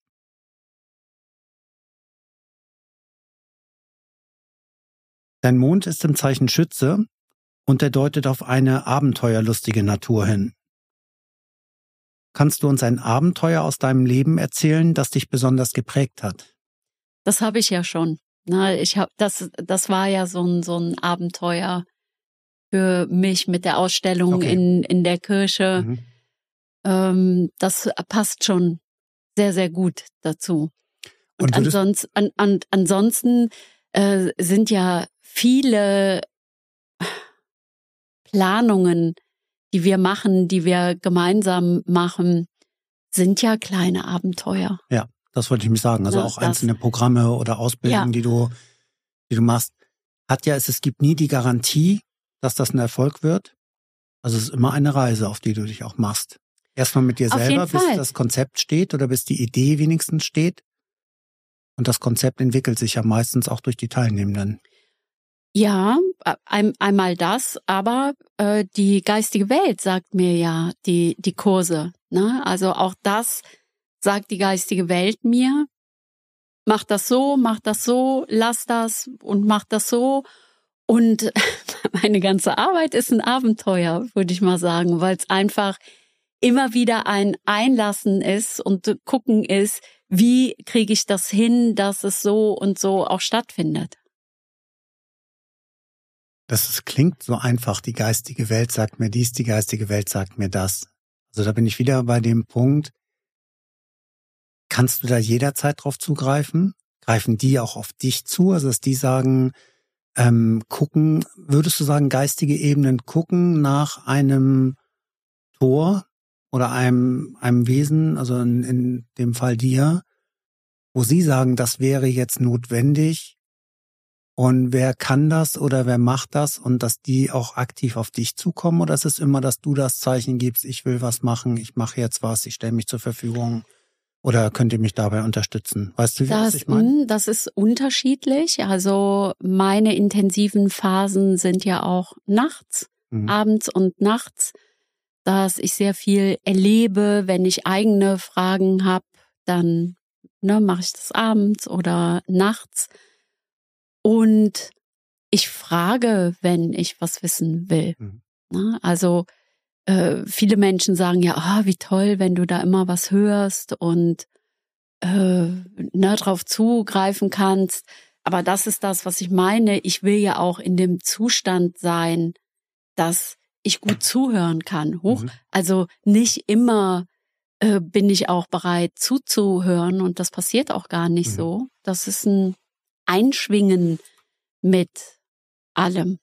Dein Mond ist im Zeichen Schütze und er deutet auf eine abenteuerlustige Natur hin. Kannst du uns ein Abenteuer aus deinem Leben erzählen, das dich besonders geprägt hat? Das habe ich ja schon. Na, ich hab, das, das war ja so ein, so ein Abenteuer für mich mit der Ausstellung Okay. in, in der Kirche. Mhm. Ähm, das passt schon sehr, sehr gut dazu. Und, Und würdest- ansonsten, an, an, ansonsten äh, sind ja viele Planungen, die wir machen, die wir gemeinsam machen, sind ja kleine Abenteuer. Ja, das wollte ich mich sagen. Also Ja, auch das- einzelne Programme oder Ausbildungen, Ja. die du, die du machst, hat ja, es, es gibt nie die Garantie, dass das ein Erfolg wird. Also es ist immer eine Reise, auf die du dich auch machst. Erstmal mit dir Auf selber, jeden bis Fall. das Konzept steht oder bis die Idee wenigstens steht. Und das Konzept entwickelt sich ja meistens auch durch die Teilnehmenden. Ja, ein, einmal das, aber äh, die geistige Welt sagt mir ja die die Kurse. Ne? Also auch das sagt die geistige Welt mir. Mach das so, mach das so, lass das und mach das so. Und meine ganze Arbeit ist ein Abenteuer, würde ich mal sagen, weil es einfach immer wieder ein Einlassen ist und gucken ist, wie kriege ich das hin, dass es so und so auch stattfindet. Das ist, klingt so einfach. Die geistige Welt sagt mir dies, die geistige Welt sagt mir das. Also da bin ich wieder bei dem Punkt, kannst du da jederzeit drauf zugreifen? Greifen die auch auf dich zu? Also dass die sagen, ähm, gucken, würdest du sagen, geistige Ebenen gucken nach einem Tor oder einem, einem Wesen, also in, in dem Fall dir, wo sie sagen, das wäre jetzt notwendig und wer kann das oder wer macht das und dass die auch aktiv auf dich zukommen oder ist es immer, dass du das Zeichen gibst, ich will was machen, ich mache jetzt was, ich stelle mich zur Verfügung oder könnt ihr mich dabei unterstützen? Weißt du, wie das, was ich meine? Das ist unterschiedlich, also meine intensiven Phasen sind ja auch nachts, mhm. abends und nachts, dass ich sehr viel erlebe, wenn ich eigene Fragen habe, dann ne, mache ich das abends oder nachts. Und ich frage, wenn ich was wissen will. Mhm. Ne, also äh, viele Menschen sagen ja, ah, wie toll, wenn du da immer was hörst und äh, ne, drauf zugreifen kannst. Aber das ist das, was ich meine. Ich will ja auch in dem Zustand sein, dass ich gut zuhören kann. Huch. Mhm. Also nicht immer äh, bin ich auch bereit zuzuhören und das passiert auch gar nicht mhm. so. Das ist ein Einschwingen mit allem.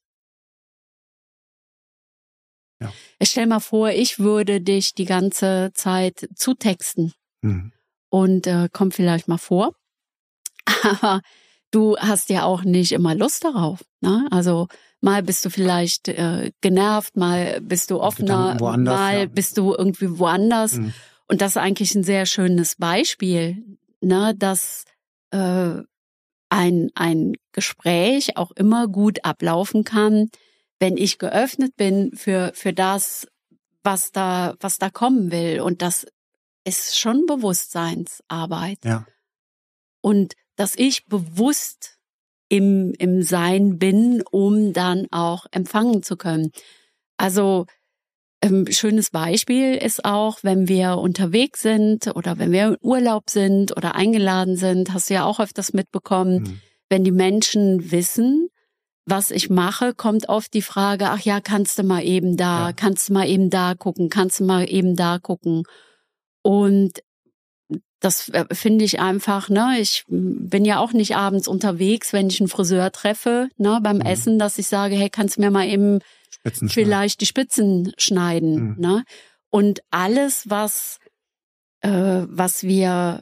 Ja. Stell mal vor, ich würde dich die ganze Zeit zutexten mhm. und äh, kommt vielleicht mal vor, aber du hast ja auch nicht immer Lust darauf, ne? Also mal bist du vielleicht äh, genervt, mal bist du offener, mal ja. bist du irgendwie woanders. Mhm. Und das ist eigentlich ein sehr schönes Beispiel, ne, dass äh, ein ein Gespräch auch immer gut ablaufen kann, wenn ich geöffnet bin für für das, was da was da kommen will. Und das ist schon Bewusstseinsarbeit. Ja. Und dass ich bewusst im im Sein bin, um dann auch empfangen zu können. Also ähm, schönes Beispiel ist auch, wenn wir unterwegs sind oder wenn wir im Urlaub sind oder eingeladen sind, hast du ja auch öfters mitbekommen, mhm. wenn die Menschen wissen, was ich mache, kommt oft die Frage, ach ja, kannst du mal eben da, ja. kannst du mal eben da gucken, kannst du mal eben da gucken. Und das finde ich einfach, ne, ich bin ja auch nicht abends unterwegs, wenn ich einen Friseur treffe, ne, beim mhm. Essen, dass ich sage, hey, kannst du mir mal eben vielleicht die Spitzen schneiden, mhm. ne? Und alles, was äh, was wir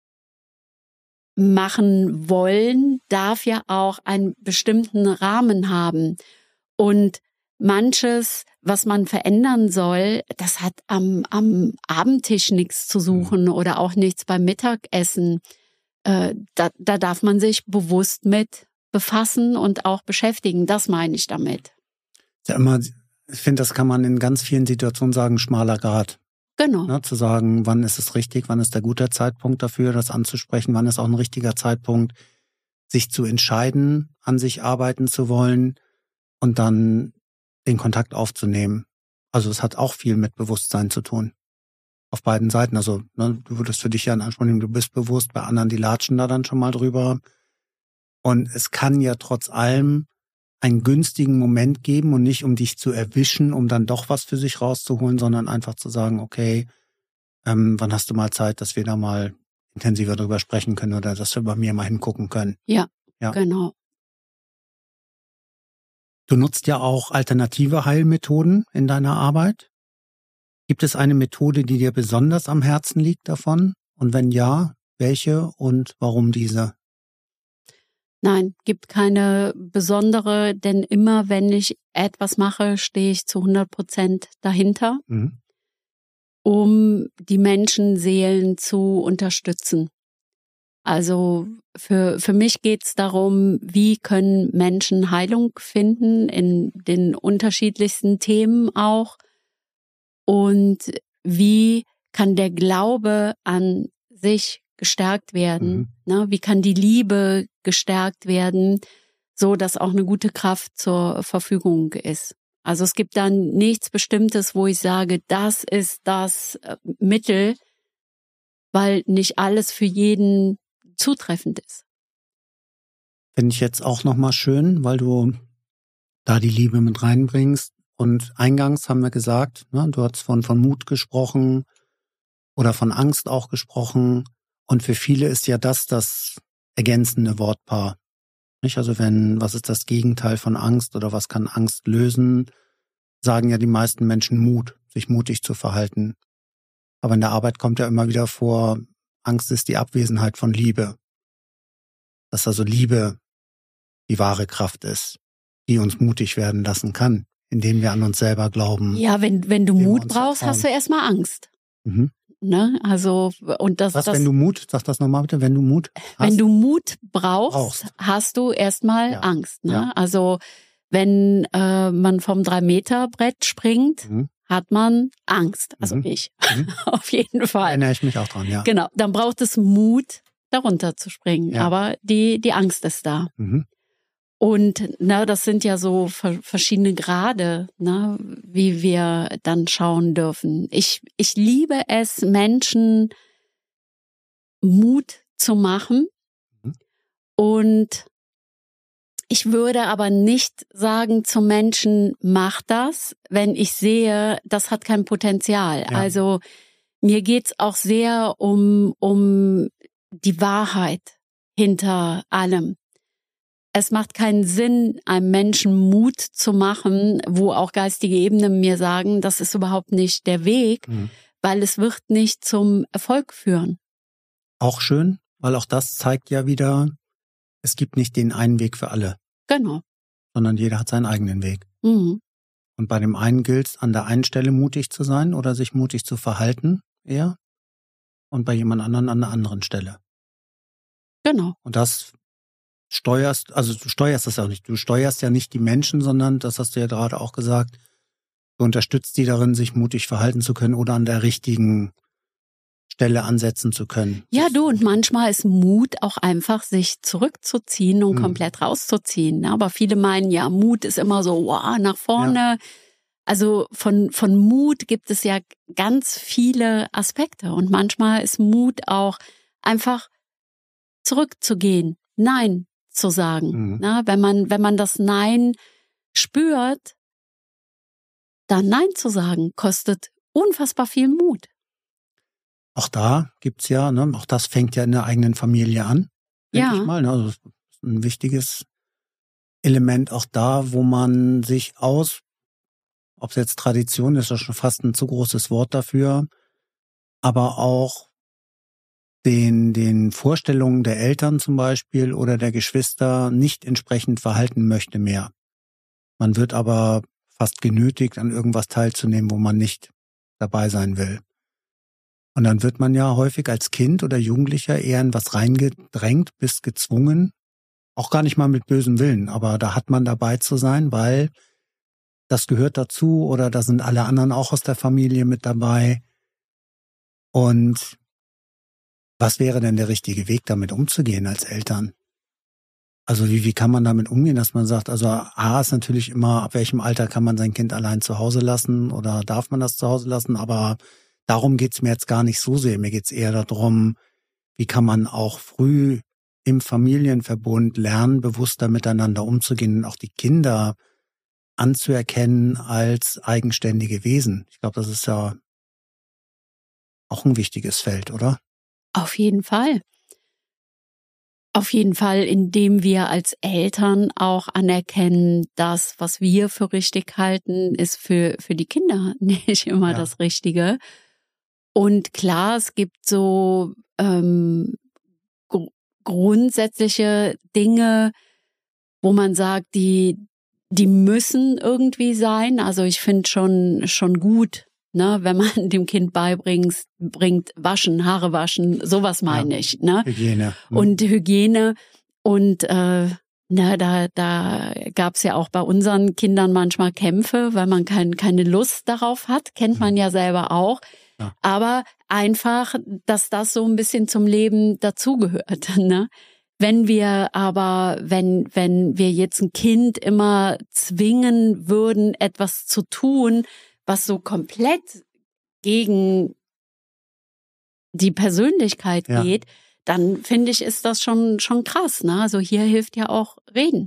machen wollen, darf ja auch einen bestimmten Rahmen haben. Und manches, was man verändern soll, das hat am, am Abendtisch nichts zu suchen mhm. oder auch nichts beim Mittagessen. Äh, da, da darf man sich bewusst mit befassen und auch beschäftigen. Das meine ich damit. Ja, immer, ich finde, das kann man in ganz vielen Situationen sagen, schmaler Grat. Genau. Ne, zu sagen, wann ist es richtig, wann ist der gute Zeitpunkt dafür, das anzusprechen, wann ist auch ein richtiger Zeitpunkt, sich zu entscheiden, an sich arbeiten zu wollen und dann den Kontakt aufzunehmen. Also es hat auch viel mit Bewusstsein zu tun. Auf beiden Seiten. Also ne, du würdest für dich ja in Anspruch nehmen, du bist bewusst, bei anderen, die latschen da dann schon mal drüber. Und es kann ja trotz allem einen günstigen Moment geben und nicht um dich zu erwischen, um dann doch was für sich rauszuholen, sondern einfach zu sagen, okay, ähm, wann hast du mal Zeit, dass wir da mal intensiver drüber sprechen können oder dass wir bei mir mal hingucken können. Ja, ja. Genau. Du nutzt ja auch alternative Heilmethoden in deiner Arbeit. Gibt es eine Methode, die dir besonders am Herzen liegt davon? Und wenn ja, welche und warum diese? Nein, gibt keine besondere, denn immer wenn ich etwas mache, stehe ich zu hundert Prozent dahinter, mhm. um die Menschenseelen zu unterstützen. Also für für mich geht's darum, wie können Menschen Heilung finden in den unterschiedlichsten Themen auch und wie kann der Glaube an sich gestärkt werden, mhm. ne? Wie kann die Liebe gestärkt werden, so dass auch eine gute Kraft zur Verfügung ist. Also es gibt dann nichts Bestimmtes, wo ich sage, das ist das Mittel, weil nicht alles für jeden zutreffend ist. Finde ich jetzt auch nochmal schön, weil du da die Liebe mit reinbringst. Und eingangs haben wir gesagt, ne, du hast von, von Mut gesprochen oder von Angst auch gesprochen. Und für viele ist ja das das ergänzende Wortpaar. Nicht? Also wenn, was ist das Gegenteil von Angst oder was kann Angst lösen, sagen ja die meisten Menschen Mut, sich mutig zu verhalten. Aber in der Arbeit kommt ja immer wieder vor, Angst ist die Abwesenheit von Liebe. Dass also Liebe die wahre Kraft ist, die uns mutig werden lassen kann, indem wir an uns selber glauben. Ja, wenn, wenn du Mut brauchst, vertrauen. Hast du erstmal Angst. Mhm. Ne? Also, und das, Was, das, wenn du Mut, sag das nochmal bitte, wenn du Mut hast? Wenn du Mut brauchst, brauchst. hast du erstmal ja. Angst. Ne? Ja. Also, wenn äh, man vom drei Meter Brett springt, mhm. hat man Angst. Also mhm. ich. Mhm. Auf jeden Fall. Da erinnere ich mich auch dran, ja. Genau. Dann braucht es Mut, darunter zu springen. Ja. Aber die, die Angst ist da. Mhm. Und na, das sind ja so verschiedene Grade, na, wie wir dann schauen dürfen. Ich, ich liebe es, Menschen Mut zu machen. Mhm. Und ich würde aber nicht sagen zu Menschen, mach das, wenn ich sehe, das hat kein Potenzial. Ja. Also mir geht's auch sehr um, um die Wahrheit hinter allem. Es macht keinen Sinn, einem Menschen Mut zu machen, wo auch geistige Ebenen mir sagen, das ist überhaupt nicht der Weg, mhm. weil es wird nicht zum Erfolg führen. Auch schön, weil auch das zeigt ja wieder, es gibt nicht den einen Weg für alle. Genau. Sondern jeder hat seinen eigenen Weg. Mhm. Und bei dem einen gilt es, an der einen Stelle mutig zu sein oder sich mutig zu verhalten eher. Und bei jemand anderen an einer anderen Stelle. Genau. Und das steuerst, also du steuerst das auch nicht. Du steuerst ja nicht die Menschen, sondern, das hast du ja gerade auch gesagt, du unterstützt die darin, sich mutig verhalten zu können oder an der richtigen Stelle ansetzen zu können. Ja, du, und manchmal ist Mut auch einfach, sich zurückzuziehen und hm. komplett rauszuziehen. Aber viele meinen ja, Mut ist immer so, wow, nach vorne. Ja. Also von, von Mut gibt es ja ganz viele Aspekte. Und manchmal ist Mut auch einfach zurückzugehen, Nein zu sagen. Mhm. Na, wenn man, wenn man das Nein spürt, dann Nein zu sagen, kostet unfassbar viel Mut. Auch da gibt's ja, ne, auch das fängt ja in der eigenen Familie an, denke ja. ich mal. Ne? Also das ist ein wichtiges Element auch da, wo man sich aus, ob es jetzt Tradition ist, ist schon fast ein zu großes Wort dafür, aber auch den den Vorstellungen der Eltern zum Beispiel oder der Geschwister nicht entsprechend verhalten möchte mehr. Man wird aber fast genötigt, an irgendwas teilzunehmen, wo man nicht dabei sein will. Und dann wird man ja häufig als Kind oder Jugendlicher eher in was reingedrängt bis gezwungen, auch gar nicht mal mit bösem Willen, aber da hat man dabei zu sein, weil das gehört dazu oder da sind alle anderen auch aus der Familie mit dabei. Und was wäre denn der richtige Weg, damit umzugehen als Eltern? Also wie, wie kann man damit umgehen, dass man sagt, also A ist natürlich immer, ab welchem Alter kann man sein Kind allein zu Hause lassen oder darf man das zu Hause lassen, aber darum geht's mir jetzt gar nicht so sehr. Mir geht's eher darum, wie kann man auch früh im Familienverbund lernen, bewusster miteinander umzugehen und auch die Kinder anzuerkennen als eigenständige Wesen. Ich glaube, das ist ja auch ein wichtiges Feld, oder? Auf jeden Fall. Auf jeden Fall, indem wir als Eltern auch anerkennen, das, was wir für richtig halten, ist für, für die Kinder nicht immer ja. das Richtige. Und klar, es gibt so ähm, gr- grundsätzliche Dinge, wo man sagt, die die müssen irgendwie sein. Also ich finde schon schon gut, ne, wenn man dem Kind beibringt, bringt waschen, Haare waschen, sowas meine ja. ich, ne? Hygiene. Mhm. Und Hygiene und äh, na, da da gab's ja auch bei unseren Kindern manchmal Kämpfe, weil man kein, keine Lust darauf hat, kennt man ja selber auch. Ja. Aber einfach, dass das so ein bisschen zum Leben dazugehört, ne? Wenn wir aber, wenn, wenn wir jetzt ein Kind immer zwingen würden, etwas zu tun, was so komplett gegen die Persönlichkeit ja. geht, dann finde ich, ist das schon, schon krass, ne? Also hier hilft ja auch Reden.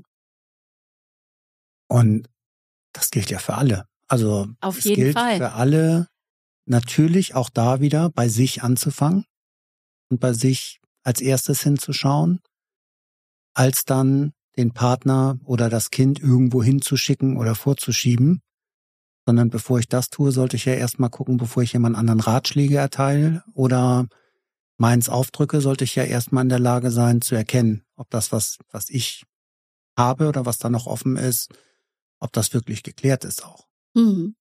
Und das gilt ja für alle. Also, auf es jeden gilt Fall. für alle, natürlich auch da wieder bei sich anzufangen und bei sich als erstes hinzuschauen, als dann den Partner oder das Kind irgendwo hinzuschicken oder vorzuschieben, sondern bevor ich das tue, sollte ich ja erstmal gucken, bevor ich jemand anderen Ratschläge erteile oder meins aufdrücke, sollte ich ja erstmal in der Lage sein zu erkennen, ob das, was, was ich habe oder was da noch offen ist, ob das wirklich geklärt ist auch. Mhm.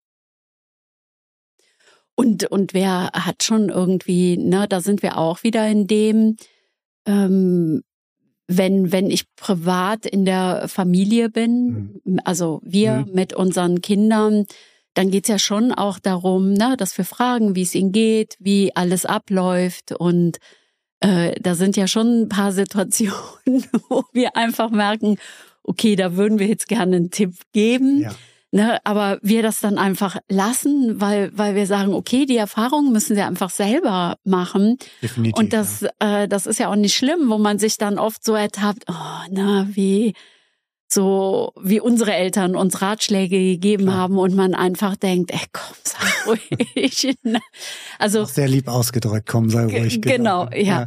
Und, und wer hat schon irgendwie, ne, da sind wir auch wieder in dem, ähm, wenn, wenn ich privat in der Familie bin, mhm. also wir mhm. mit unseren Kindern, dann geht's ja schon auch darum, ne, dass wir fragen, wie es ihnen geht, wie alles abläuft. Und äh, da sind ja schon ein paar Situationen, wo wir einfach merken, okay, da würden wir jetzt gerne einen Tipp geben. Ja. Ne, aber wir das dann einfach lassen, weil weil wir sagen, okay, die Erfahrungen müssen sie einfach selber machen. Definitiv. Und das ja. äh, das ist ja auch nicht schlimm, wo man sich dann oft so ertappt, oh, na, wie so wie unsere Eltern uns Ratschläge gegeben Klar. haben und man einfach denkt, ey, komm, sei ruhig. Also auch sehr lieb ausgedrückt, komm, sei ruhig. Genau, genau ja. ja.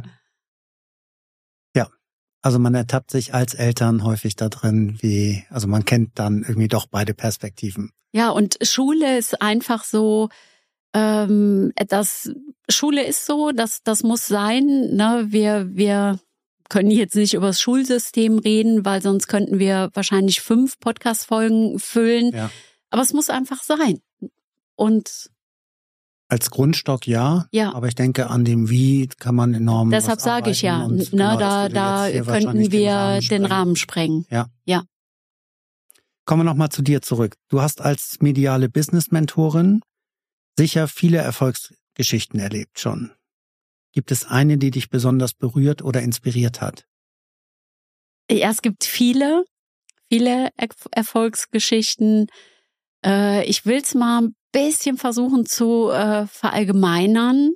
Also man ertappt sich als Eltern häufig da drin, wie, also man kennt dann irgendwie doch beide Perspektiven. Ja, und Schule ist einfach so, ähm, das Schule ist so, das das muss sein. Ne? Wir wir können jetzt nicht über das Schulsystem reden, weil sonst könnten wir wahrscheinlich fünf Podcast-Folgen füllen. Ja. Aber es muss einfach sein. Und als Grundstock ja, ja, aber ich denke, an dem Wie kann man enorm Deshalb sage ich ja, ne, genau, da, da könnten wir den Rahmen, den Rahmen sprengen. Ja. ja. Kommen wir nochmal zu dir zurück. Du hast als mediale Business-Mentorin sicher viele Erfolgsgeschichten erlebt schon. Gibt es eine, die dich besonders berührt oder inspiriert hat? Ja, es gibt viele, viele Erfolgsgeschichten. Ich will es mal ein bisschen versuchen zu äh, verallgemeinern,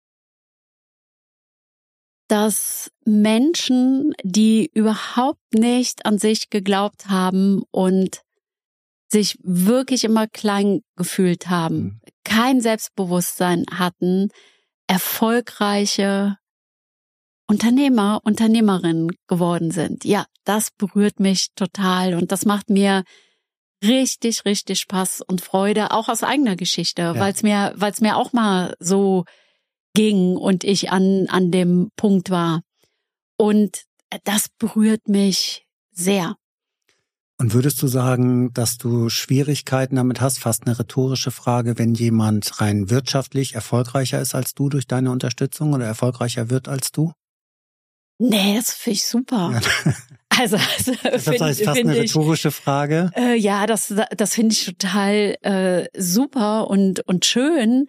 dass Menschen, die überhaupt nicht an sich geglaubt haben und sich wirklich immer klein gefühlt haben, mhm. kein Selbstbewusstsein hatten, erfolgreiche Unternehmer, Unternehmerinnen geworden sind. Ja, das berührt mich total und das macht mir richtig, richtig Spaß und Freude, auch aus eigener Geschichte, ja. weil es mir, weil es mir auch mal so ging und ich an an dem Punkt war. Und das berührt mich sehr. Und würdest du sagen, dass du Schwierigkeiten damit hast, fast eine rhetorische Frage, wenn jemand rein wirtschaftlich erfolgreicher ist als du durch deine Unterstützung oder erfolgreicher wird als du? Nee, das finde ich super. Ja. Also, also das find, heißt fast eine rhetorische ich, Frage. Äh, ja, das das finde ich total äh, super und und schön.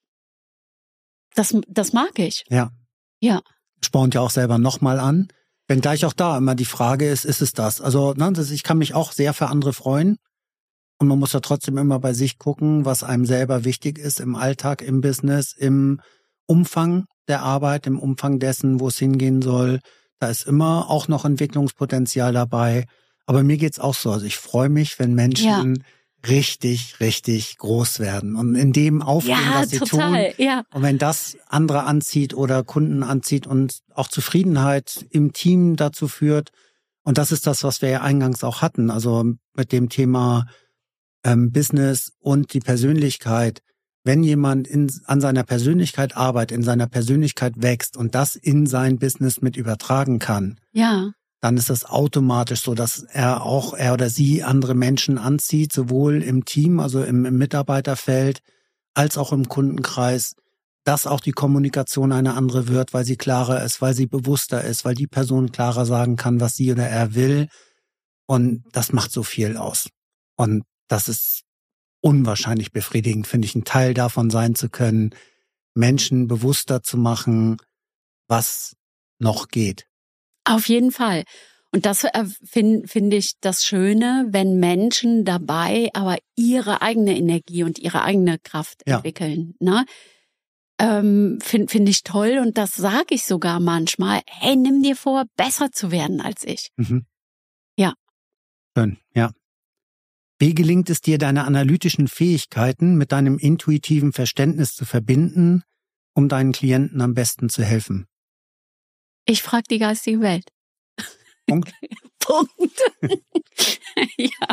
Das das mag ich. Ja. Ja. Spornt ja auch selber nochmal an. Wenn gleich auch da immer die Frage ist, ist es das? Also, ne, das, ich kann mich auch sehr für andere freuen. Und man muss ja trotzdem immer bei sich gucken, was einem selber wichtig ist im Alltag, im Business, im Umfang der Arbeit, im Umfang dessen, wo es hingehen soll. Da ist immer auch noch Entwicklungspotenzial dabei. Aber mir geht's auch so. Also ich freue mich, wenn Menschen ja. richtig, richtig groß werden und in dem aufgehen, ja, was sie total. tun. Ja. Und wenn das andere anzieht oder Kunden anzieht und auch Zufriedenheit im Team dazu führt. Und das ist das, was wir ja eingangs auch hatten. Also mit dem Thema ähm, Business und die Persönlichkeit. Wenn jemand in, an seiner Persönlichkeit arbeitet, in seiner Persönlichkeit wächst und das in sein Business mit übertragen kann, ja. dann ist das automatisch so, dass er auch, er oder sie andere Menschen anzieht, sowohl im Team, also im, im Mitarbeiterfeld, als auch im Kundenkreis, dass auch die Kommunikation eine andere wird, weil sie klarer ist, weil sie bewusster ist, weil die Person klarer sagen kann, was sie oder er will. Und das macht so viel aus. Und das ist unwahrscheinlich befriedigend, finde ich, ein Teil davon sein zu können, Menschen bewusster zu machen, was noch geht. Auf jeden Fall. Und das finde find ich das Schöne, wenn Menschen dabei aber ihre eigene Energie und ihre eigene Kraft ja. entwickeln. Ne? Ähm, finde find ich toll und das sage ich sogar manchmal. Hey, nimm dir vor, besser zu werden als ich. Mhm. Ja. Schön, ja. Wie gelingt es dir, deine analytischen Fähigkeiten mit deinem intuitiven Verständnis zu verbinden, um deinen Klienten am besten zu helfen? Ich frage die geistige Welt. Punkt. Punkt. Ja.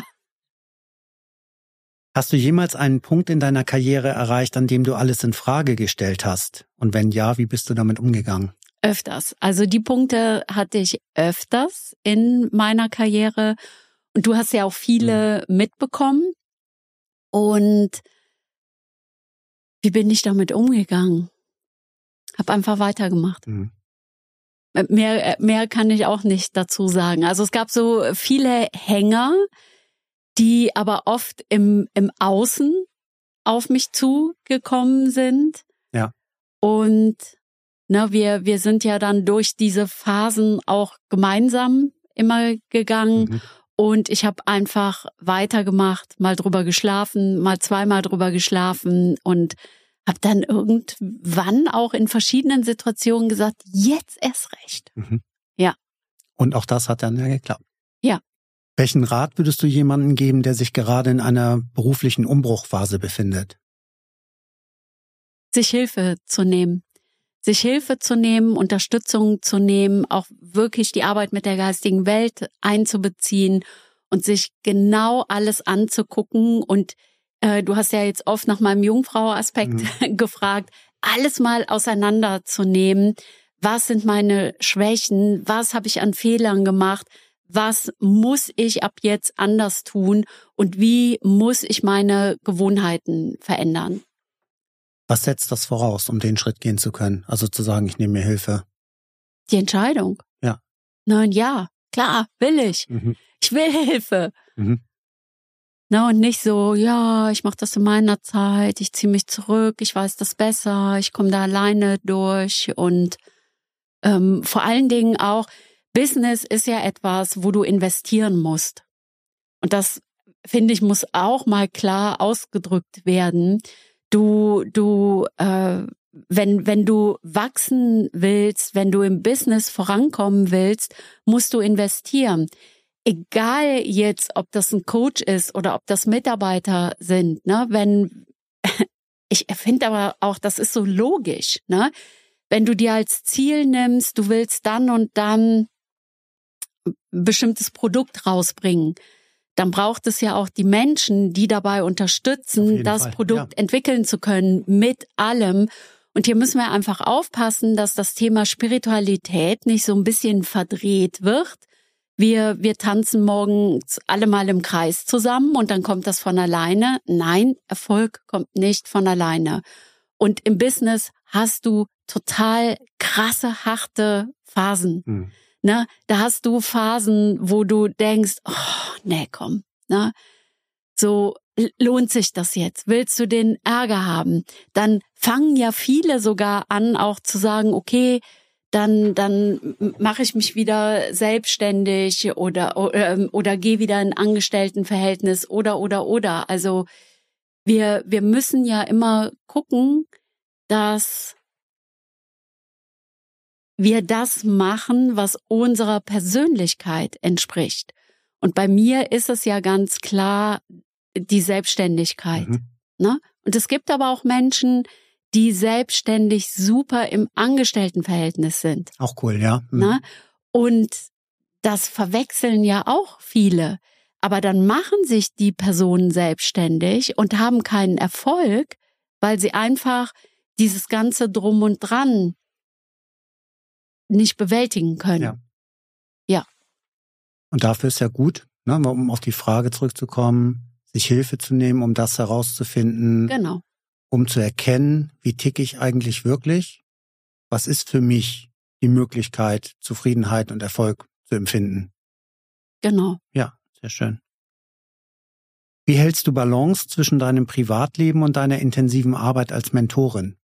Hast du jemals einen Punkt in deiner Karriere erreicht, an dem du alles in Frage gestellt hast? Und wenn ja, wie bist du damit umgegangen? Öfters. Also die Punkte hatte ich öfters in meiner Karriere. Und du hast ja auch viele mhm. mitbekommen. Und wie bin ich damit umgegangen? Hab einfach weitergemacht. Mhm. Mehr, mehr kann ich auch nicht dazu sagen. Also es gab so viele Hänger, die aber oft im, im Außen auf mich zugekommen sind. Ja. Und na, wir, wir sind ja dann durch diese Phasen auch gemeinsam immer gegangen. Mhm. Und ich habe einfach weitergemacht, mal drüber geschlafen, mal zweimal drüber geschlafen und habe dann irgendwann auch in verschiedenen Situationen gesagt, jetzt erst recht. Mhm. Ja. Und auch das hat dann ja geklappt. Ja. Welchen Rat würdest du jemandem geben, der sich gerade in einer beruflichen Umbruchphase befindet? Sich Hilfe zu nehmen. Sich Hilfe zu nehmen, Unterstützung zu nehmen, auch wirklich die Arbeit mit der geistigen Welt einzubeziehen und sich genau alles anzugucken. Und äh, du hast ja jetzt oft nach meinem Jungfrau-Aspekt mhm. gefragt, alles mal auseinanderzunehmen. Was sind meine Schwächen? Was habe ich an Fehlern gemacht? Was muss ich ab jetzt anders tun? Und wie muss ich meine Gewohnheiten verändern? Was setzt das voraus, um den Schritt gehen zu können? Also zu sagen, ich nehme mir Hilfe. Die Entscheidung. Ja. Nein, ja, klar, will ich. Mhm. Ich will Hilfe. Mhm. Na, und nicht so, ja, ich mache das in meiner Zeit, ich ziehe mich zurück, ich weiß das besser, ich komme da alleine durch. Und ähm, vor allen Dingen auch, Business ist ja etwas, wo du investieren musst. Und das, finde ich, muss auch mal klar ausgedrückt werden. Du, du, äh, wenn, wenn du wachsen willst, wenn du im Business vorankommen willst, musst du investieren. Egal jetzt, ob das ein Coach ist oder ob das Mitarbeiter sind, ne, wenn, ich finde aber auch, das ist so logisch, ne, wenn du dir als Ziel nimmst, du willst dann und dann ein bestimmtes Produkt rausbringen, dann braucht es ja auch die Menschen, die dabei unterstützen, das Fall. Produkt ja. entwickeln zu können mit allem. Und hier müssen wir einfach aufpassen, dass das Thema Spiritualität nicht so ein bisschen verdreht wird. Wir, wir tanzen morgens alle mal im Kreis zusammen und dann kommt das von alleine. Nein, Erfolg kommt nicht von alleine. Und im Business hast du total krasse, harte Phasen. Hm. Ne, da hast du Phasen, wo du denkst, oh, nee, komm, ne, so lohnt sich das jetzt? Willst du den Ärger haben? Dann fangen ja viele sogar an, auch zu sagen, okay, dann dann mache ich mich wieder selbstständig oder oder, oder gehe wieder in Angestelltenverhältnis oder oder oder. Also wir wir müssen ja immer gucken, dass wir das machen, was unserer Persönlichkeit entspricht. Und bei mir ist es ja ganz klar die Selbstständigkeit. Mhm. Ne? Und es gibt aber auch Menschen, die selbstständig super im Angestelltenverhältnis sind. Auch cool, ja. Mhm. Ne? Und das verwechseln ja auch viele. Aber dann machen sich die Personen selbstständig und haben keinen Erfolg, weil sie einfach dieses ganze Drum und Dran nicht bewältigen können. Ja. ja. Und dafür ist ja gut, ne, um auf die Frage zurückzukommen, sich Hilfe zu nehmen, um das herauszufinden. Genau. Um zu erkennen, wie ticke ich eigentlich wirklich? Was ist für mich die Möglichkeit, Zufriedenheit und Erfolg zu empfinden? Genau. Ja, sehr schön. Wie hältst du Balance zwischen deinem Privatleben und deiner intensiven Arbeit als Mentorin?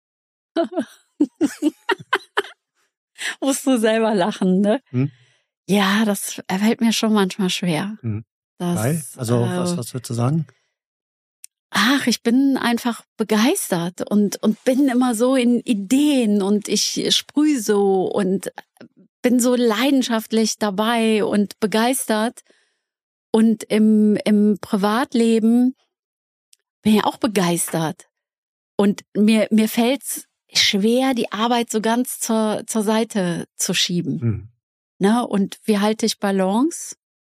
Musst du selber lachen, ne? Hm? Ja, das fällt mir schon manchmal schwer. Hm. Das, Weil? Also, äh, was, was würdest du sagen? Ach, ich bin einfach begeistert und, und bin immer so in Ideen und ich sprühe so und bin so leidenschaftlich dabei und begeistert. Und im, im Privatleben bin ich auch begeistert. Und mir, mir fällt's schwer, die Arbeit so ganz zur, zur Seite zu schieben. Hm. Na, und wie halte ich Balance?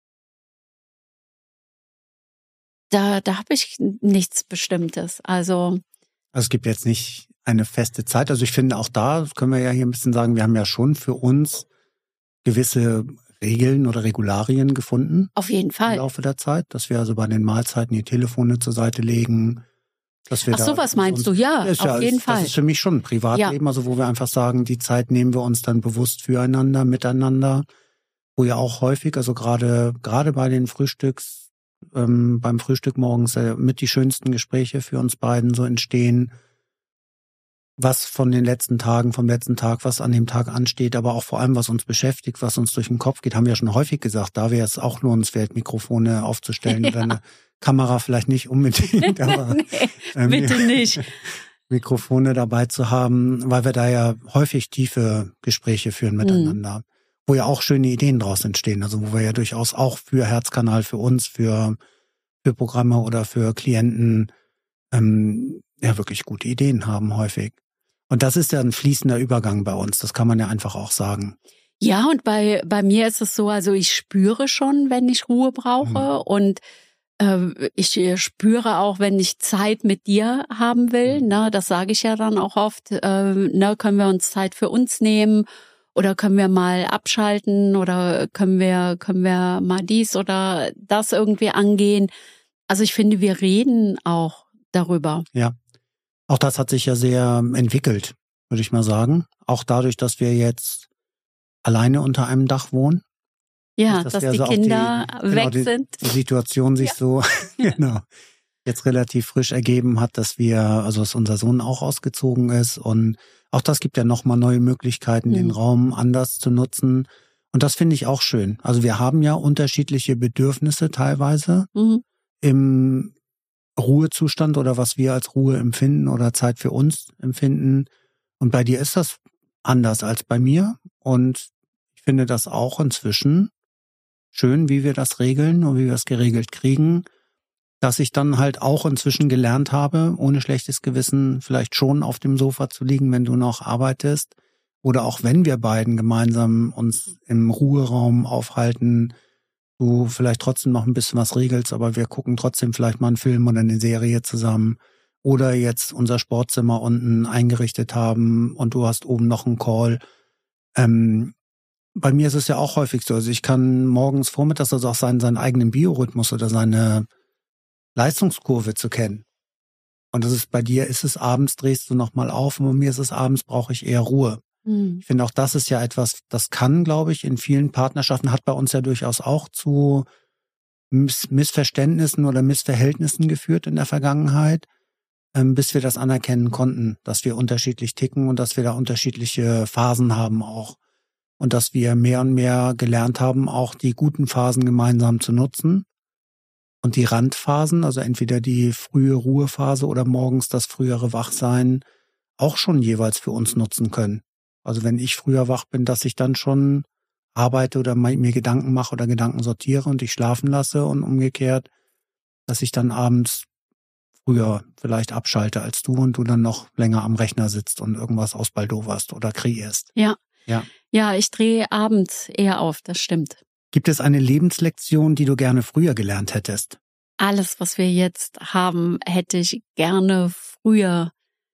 Da, da habe ich nichts Bestimmtes. Also, also es gibt jetzt nicht eine feste Zeit. Also ich finde auch da, können wir ja hier ein bisschen sagen, wir haben ja schon für uns gewisse Regeln oder Regularien gefunden. Auf jeden Fall. Im Laufe der Zeit, dass wir also bei den Mahlzeiten die Telefone zur Seite legen. Dass wir Ach so, was meinst du? Ja, ist auf ja, jeden ist, Fall. Das ist für mich schon ein Privatleben, ja. Also wo wir einfach sagen, die Zeit nehmen wir uns dann bewusst füreinander, miteinander. Wo ja auch häufig, also gerade gerade bei den Frühstücks, ähm, beim Frühstück morgens äh, mit die schönsten Gespräche für uns beiden so entstehen, was von den letzten Tagen, vom letzten Tag, was an dem Tag ansteht, aber auch vor allem, was uns beschäftigt, was uns durch den Kopf geht, haben wir ja schon häufig gesagt, da wäre es auch lohnenswert, Mikrofone aufzustellen ja. Oder eine Kamera vielleicht nicht unbedingt, aber nee, ähm, bitte nicht. Mikrofone dabei zu haben, weil wir da ja häufig tiefe Gespräche führen miteinander. Mhm. Wo ja auch schöne Ideen draus entstehen, also wo wir ja durchaus auch für Herzkanal, für uns, für für Programme oder für Klienten ähm, ja wirklich gute Ideen haben häufig. Und das ist ja ein fließender Übergang bei uns, das kann man ja einfach auch sagen. Ja, und bei bei mir ist es so, also ich spüre schon, wenn ich Ruhe brauche mhm. und äh, ich spüre auch, wenn ich Zeit mit dir haben will, mhm. ne, das sage ich ja dann auch oft, äh, ne, können wir uns Zeit für uns nehmen. Oder können wir mal abschalten oder können wir können wir mal dies oder das irgendwie angehen? Also ich finde, wir reden auch darüber. Ja, auch das hat sich ja sehr entwickelt, würde ich mal sagen. Auch dadurch, dass wir jetzt alleine unter einem Dach wohnen. Ja, dass, dass die also Kinder die, weg genau, sind. Die, die Situation sich ja. so genau jetzt relativ frisch ergeben hat, dass wir, also dass unser Sohn auch ausgezogen ist und auch das gibt ja nochmal neue Möglichkeiten, mhm. den Raum anders zu nutzen. Und das finde ich auch schön. Also wir haben ja unterschiedliche Bedürfnisse teilweise mhm. im Ruhezustand oder was wir als Ruhe empfinden oder Zeit für uns empfinden. Und bei dir ist das anders als bei mir. Und ich finde das auch inzwischen schön, wie wir das regeln und wie wir es geregelt kriegen. Dass ich dann halt auch inzwischen gelernt habe, ohne schlechtes Gewissen vielleicht schon auf dem Sofa zu liegen, wenn du noch arbeitest. Oder auch wenn wir beiden gemeinsam uns im Ruheraum aufhalten, du vielleicht trotzdem noch ein bisschen was regelst, aber wir gucken trotzdem vielleicht mal einen Film oder eine Serie zusammen. Oder jetzt unser Sportzimmer unten eingerichtet haben und du hast oben noch einen Call. Ähm, bei mir ist es ja auch häufig so, also ich kann morgens, vormittags also auch seinen, seinen eigenen Biorhythmus oder seine Leistungskurve zu kennen. Und das ist bei dir, ist es abends, drehst du nochmal auf und bei mir ist es abends, brauche ich eher Ruhe. Mhm. Ich finde auch das ist ja etwas, das kann, glaube ich, in vielen Partnerschaften, hat bei uns ja durchaus auch zu Miss- Missverständnissen oder Missverhältnissen geführt in der Vergangenheit, ähm, bis wir das anerkennen konnten, dass wir unterschiedlich ticken und dass wir da unterschiedliche Phasen haben auch. Und dass wir mehr und mehr gelernt haben, auch die guten Phasen gemeinsam zu nutzen. Und die Randphasen, also entweder die frühe Ruhephase oder morgens das frühere Wachsein, auch schon jeweils für uns nutzen können. Also wenn ich früher wach bin, dass ich dann schon arbeite oder mir Gedanken mache oder Gedanken sortiere und ich schlafen lasse und umgekehrt, dass ich dann abends früher vielleicht abschalte als du und du dann noch länger am Rechner sitzt und irgendwas ausbaldoverst oder kreierst. Ja. Ja. Ja, ich drehe abends eher auf, das stimmt. Gibt es eine Lebenslektion, die du gerne früher gelernt hättest? Alles, was wir jetzt haben, hätte ich gerne früher,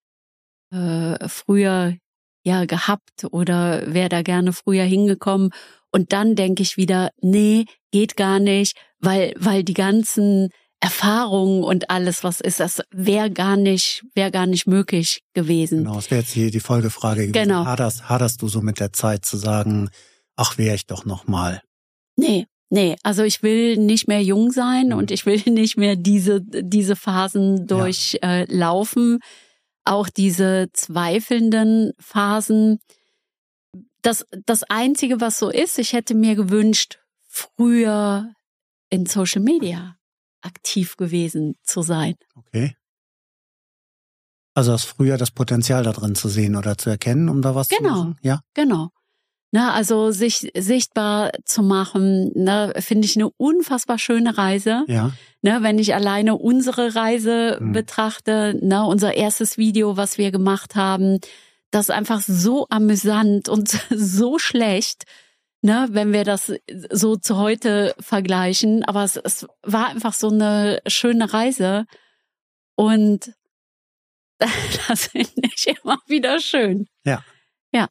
äh, früher ja gehabt oder wäre da gerne früher hingekommen. Und dann denke ich wieder, nee, geht gar nicht, weil weil die ganzen Erfahrungen und alles, was ist, das wäre gar nicht, wäre gar nicht möglich gewesen. Genau, das wäre jetzt hier die Folgefrage gewesen. Genau. Haderst, haderst du so mit der Zeit zu sagen, ach, wäre ich doch noch mal? Nee, nee, also ich will nicht mehr jung sein mhm. und ich will nicht mehr diese diese Phasen durchlaufen, ja. äh, auch diese zweifelnden Phasen. Das das Einzige, was so ist, ich hätte mir gewünscht, früher in Social Media aktiv gewesen zu sein. Okay. Also das früher das Potenzial da drin zu sehen oder zu erkennen, um da was genau. zu machen? Ja, genau. Na, also sich sichtbar zu machen, ne, finde ich eine unfassbar schöne Reise. Ja. Ne, wenn ich alleine unsere Reise hm. betrachte, ne, unser erstes Video, was wir gemacht haben, das ist einfach so amüsant und so schlecht. ne, wenn wir das so zu heute vergleichen. Aber es, es war einfach so eine schöne Reise. Und das finde ich immer wieder schön. Ja. Ja.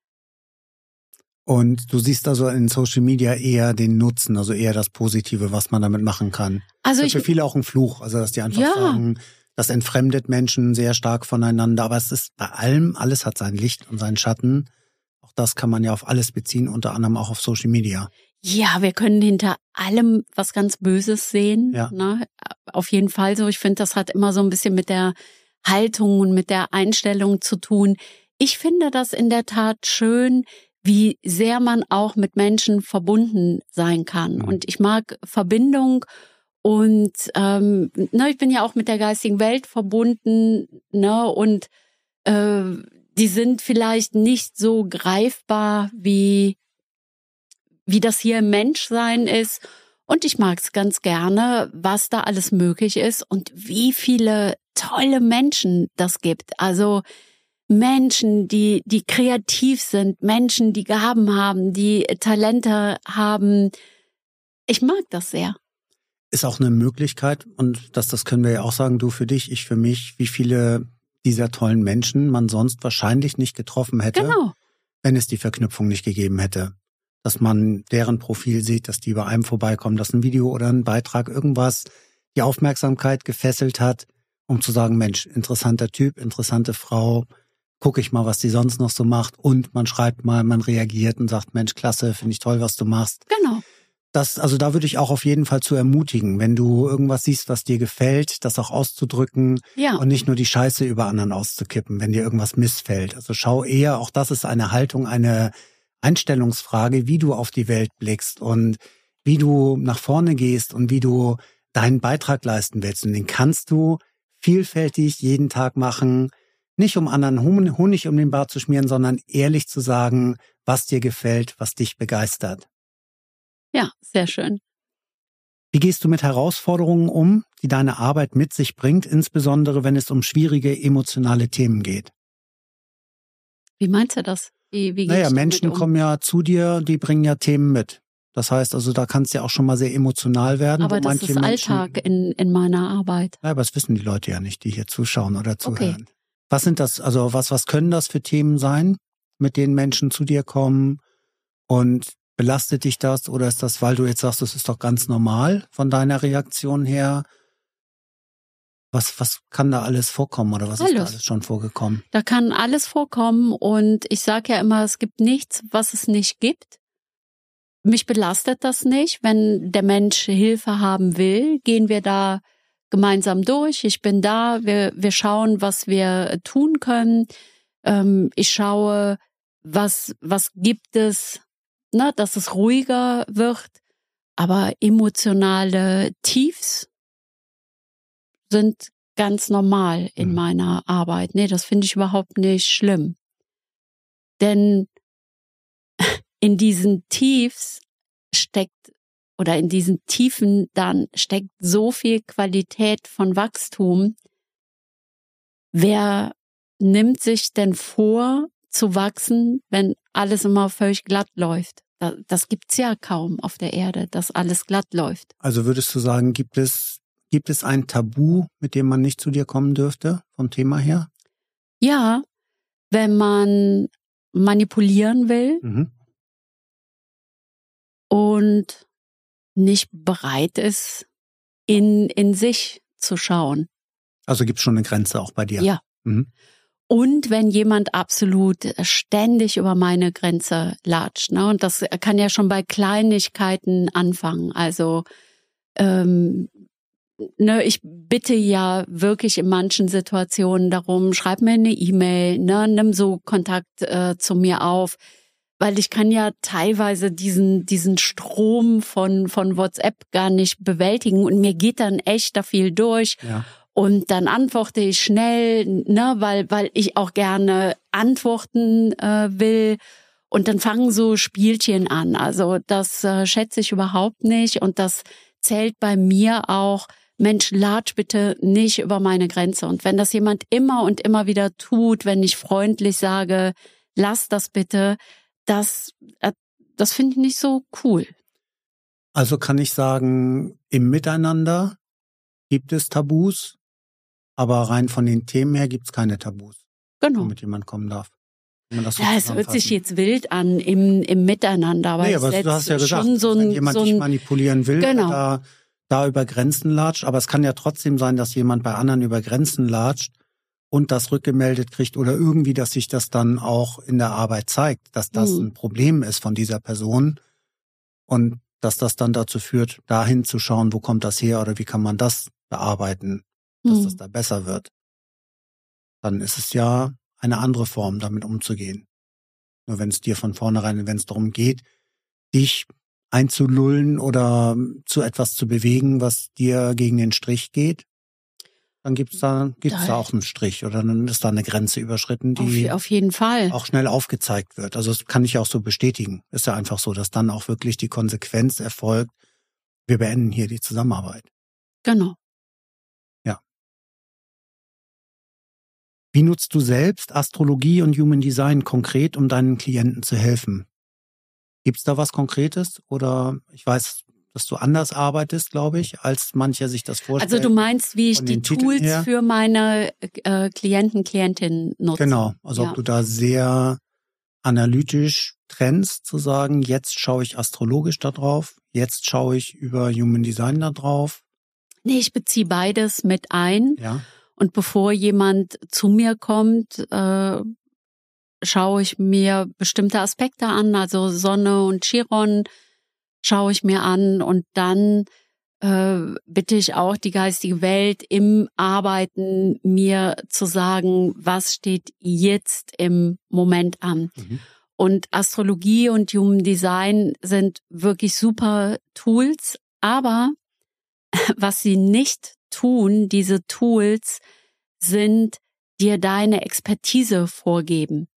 Und du siehst also in Social Media eher den Nutzen, also eher das Positive, was man damit machen kann. Also das ist ich, für viele auch ein Fluch, also dass die einfach ja. sagen, das entfremdet Menschen sehr stark voneinander. Aber es ist bei allem, alles hat sein Licht und seinen Schatten. Auch das kann man ja auf alles beziehen, unter anderem auch auf Social Media. Ja, wir können hinter allem was ganz Böses sehen. Ja. Ne? Auf jeden Fall so. Ich finde, das hat immer so ein bisschen mit der Haltung und mit der Einstellung zu tun. Ich finde das in der Tat schön, wie sehr man auch mit Menschen verbunden sein kann. Mhm. Und ich mag Verbindung und ähm, ne, ich bin ja auch mit der geistigen Welt verbunden, ne, und äh, die sind vielleicht nicht so greifbar, wie wie das hier im Menschsein ist. Und ich mag es ganz gerne, was da alles möglich ist und wie viele tolle Menschen das gibt. Also Menschen, die die kreativ sind, Menschen, die Gaben haben, die Talente haben. Ich mag das sehr. Ist auch eine Möglichkeit, und das, das können wir ja auch sagen, du für dich, ich für mich, wie viele dieser tollen Menschen man sonst wahrscheinlich nicht getroffen hätte, Genau. wenn es die Verknüpfung nicht gegeben hätte. Dass man deren Profil sieht, dass die bei einem vorbeikommen, dass ein Video oder ein Beitrag irgendwas die Aufmerksamkeit gefesselt hat, um zu sagen, Mensch, interessanter Typ, interessante Frau, gucke ich mal, was die sonst noch so macht, und man schreibt mal, man reagiert und sagt, Mensch, klasse, finde ich toll, was du machst. Genau. Das, also da würde ich auch auf jeden Fall zu ermutigen, wenn du irgendwas siehst, was dir gefällt, das auch auszudrücken, ja. und nicht nur die Scheiße über anderen auszukippen, wenn dir irgendwas missfällt. Also schau eher, auch das ist eine Haltung, eine Einstellungsfrage, wie du auf die Welt blickst und wie du nach vorne gehst und wie du deinen Beitrag leisten willst. Und den kannst du vielfältig jeden Tag machen, nicht um anderen Honig um den Bart zu schmieren, sondern ehrlich zu sagen, was dir gefällt, was dich begeistert. Ja, sehr schön. Wie gehst du mit Herausforderungen um, die deine Arbeit mit sich bringt, insbesondere wenn es um schwierige emotionale Themen geht? Wie meinst du das? Wie, wie naja, gehst du Menschen damit um? kommen ja zu dir, die bringen ja Themen mit. Das heißt also, da kann es ja auch schon mal sehr emotional werden. Aber wo das manche ist Menschen, Alltag in, in meiner Arbeit. Ja, aber das wissen die Leute ja nicht, die hier zuschauen oder zuhören. Okay. Was sind das, also was, was können das für Themen sein, mit denen Menschen zu dir kommen? Und belastet dich das, oder ist das, weil du jetzt sagst, das ist doch ganz normal von deiner Reaktion her? Was, was kann da alles vorkommen, oder was Alles. ist da alles schon vorgekommen? Da kann alles vorkommen, und ich sage ja immer, es gibt nichts, was es nicht gibt. Mich belastet das nicht. Wenn der Mensch Hilfe haben will, gehen wir da gemeinsam durch. Ich bin da, wir, wir schauen, was wir tun können. Ähm, ich schaue, was, was gibt es, ne, dass es ruhiger wird. Aber emotionale Tiefs sind ganz normal in Mhm. meiner Arbeit. Nee, das finde ich überhaupt nicht schlimm. Denn in diesen Tiefs steckt, oder in diesen Tiefen dann steckt so viel Qualität von Wachstum. Wer nimmt sich denn vor, zu wachsen, wenn alles immer völlig glatt läuft? Das gibt's ja kaum auf der Erde, dass alles glatt läuft. Also würdest du sagen, gibt es, gibt es ein Tabu, mit dem man nicht zu dir kommen dürfte, vom Thema her? Ja, wenn man manipulieren will Mhm. und nicht bereit ist, in, in sich zu schauen. Also gibt es schon eine Grenze auch bei dir? Ja. Mhm. Und wenn jemand absolut ständig über meine Grenze latscht, ne, und das kann ja schon bei Kleinigkeiten anfangen. Also ähm, ne, ich bitte ja wirklich in manchen Situationen darum, schreib mir eine E-Mail, ne, nimm so Kontakt äh, zu mir auf, weil ich kann ja teilweise diesen diesen Strom von von WhatsApp gar nicht bewältigen, und mir geht dann echt da viel durch. Ja. Und dann antworte ich schnell, ne, weil weil ich auch gerne antworten äh, will. Und dann fangen so Spielchen an. Also das äh, schätze ich überhaupt nicht. Und das zählt bei mir auch, Mensch, latsch bitte nicht über meine Grenze. Und wenn das jemand immer und immer wieder tut, wenn ich freundlich sage, lass das bitte, das, äh, das finde ich nicht so cool. Also kann ich sagen, im Miteinander gibt es Tabus, aber rein von den Themen her gibt es keine Tabus, Genau. womit jemand kommen darf. Wenn man das so Ja, es hört sich jetzt wild an im, im Miteinander, aber, nee, aber du hast ja gesagt, schon so ein, wenn jemand so ein, dich manipulieren will, genau. da, da über Grenzen latscht, aber es kann ja trotzdem sein, dass jemand bei anderen über Grenzen latscht und das rückgemeldet kriegt oder irgendwie, dass sich das dann auch in der Arbeit zeigt, dass das Mhm. ein Problem ist von dieser Person und dass das dann dazu führt, dahin zu schauen, wo kommt das her oder wie kann man das bearbeiten, dass Mhm. das da besser wird. Dann ist es ja eine andere Form, damit umzugehen. Nur wenn es dir von vornherein, wenn es darum geht, dich einzulullen oder zu etwas zu bewegen, was dir gegen den Strich geht, dann gibt's da gibt's da, Da- auch einen Strich oder dann ist da eine Grenze überschritten, die Auf, auf jeden Fall. auch schnell aufgezeigt wird. Also das kann ich auch so bestätigen. Ist ja einfach so, dass dann auch wirklich die Konsequenz erfolgt, wir beenden hier die Zusammenarbeit. Genau. Wie nutzt du selbst Astrologie und Human Design konkret, um deinen Klienten zu helfen? Gibt's da was Konkretes? Oder ich weiß, dass du anders arbeitest, glaube ich, als mancher sich das vorstellt. Also du meinst, wie ich von die den Titeln Tools her? für meine äh, Klienten, Klientinnen nutze. Genau, also Ja. ob du da sehr analytisch trennst, zu sagen, jetzt schaue ich astrologisch da drauf, jetzt schaue ich über Human Design da drauf. Nee, ich beziehe beides mit ein. Ja, Und bevor jemand zu mir kommt, äh, schaue ich mir bestimmte Aspekte an, also Sonne und Chiron schaue ich mir an und dann äh, bitte ich auch die geistige Welt im Arbeiten mir zu sagen, was steht jetzt im Moment an. mhm. Und Astrologie und Human Design sind wirklich super Tools, aber was sie nicht tun, diese Tools, sind dir deine Expertise vorgeben.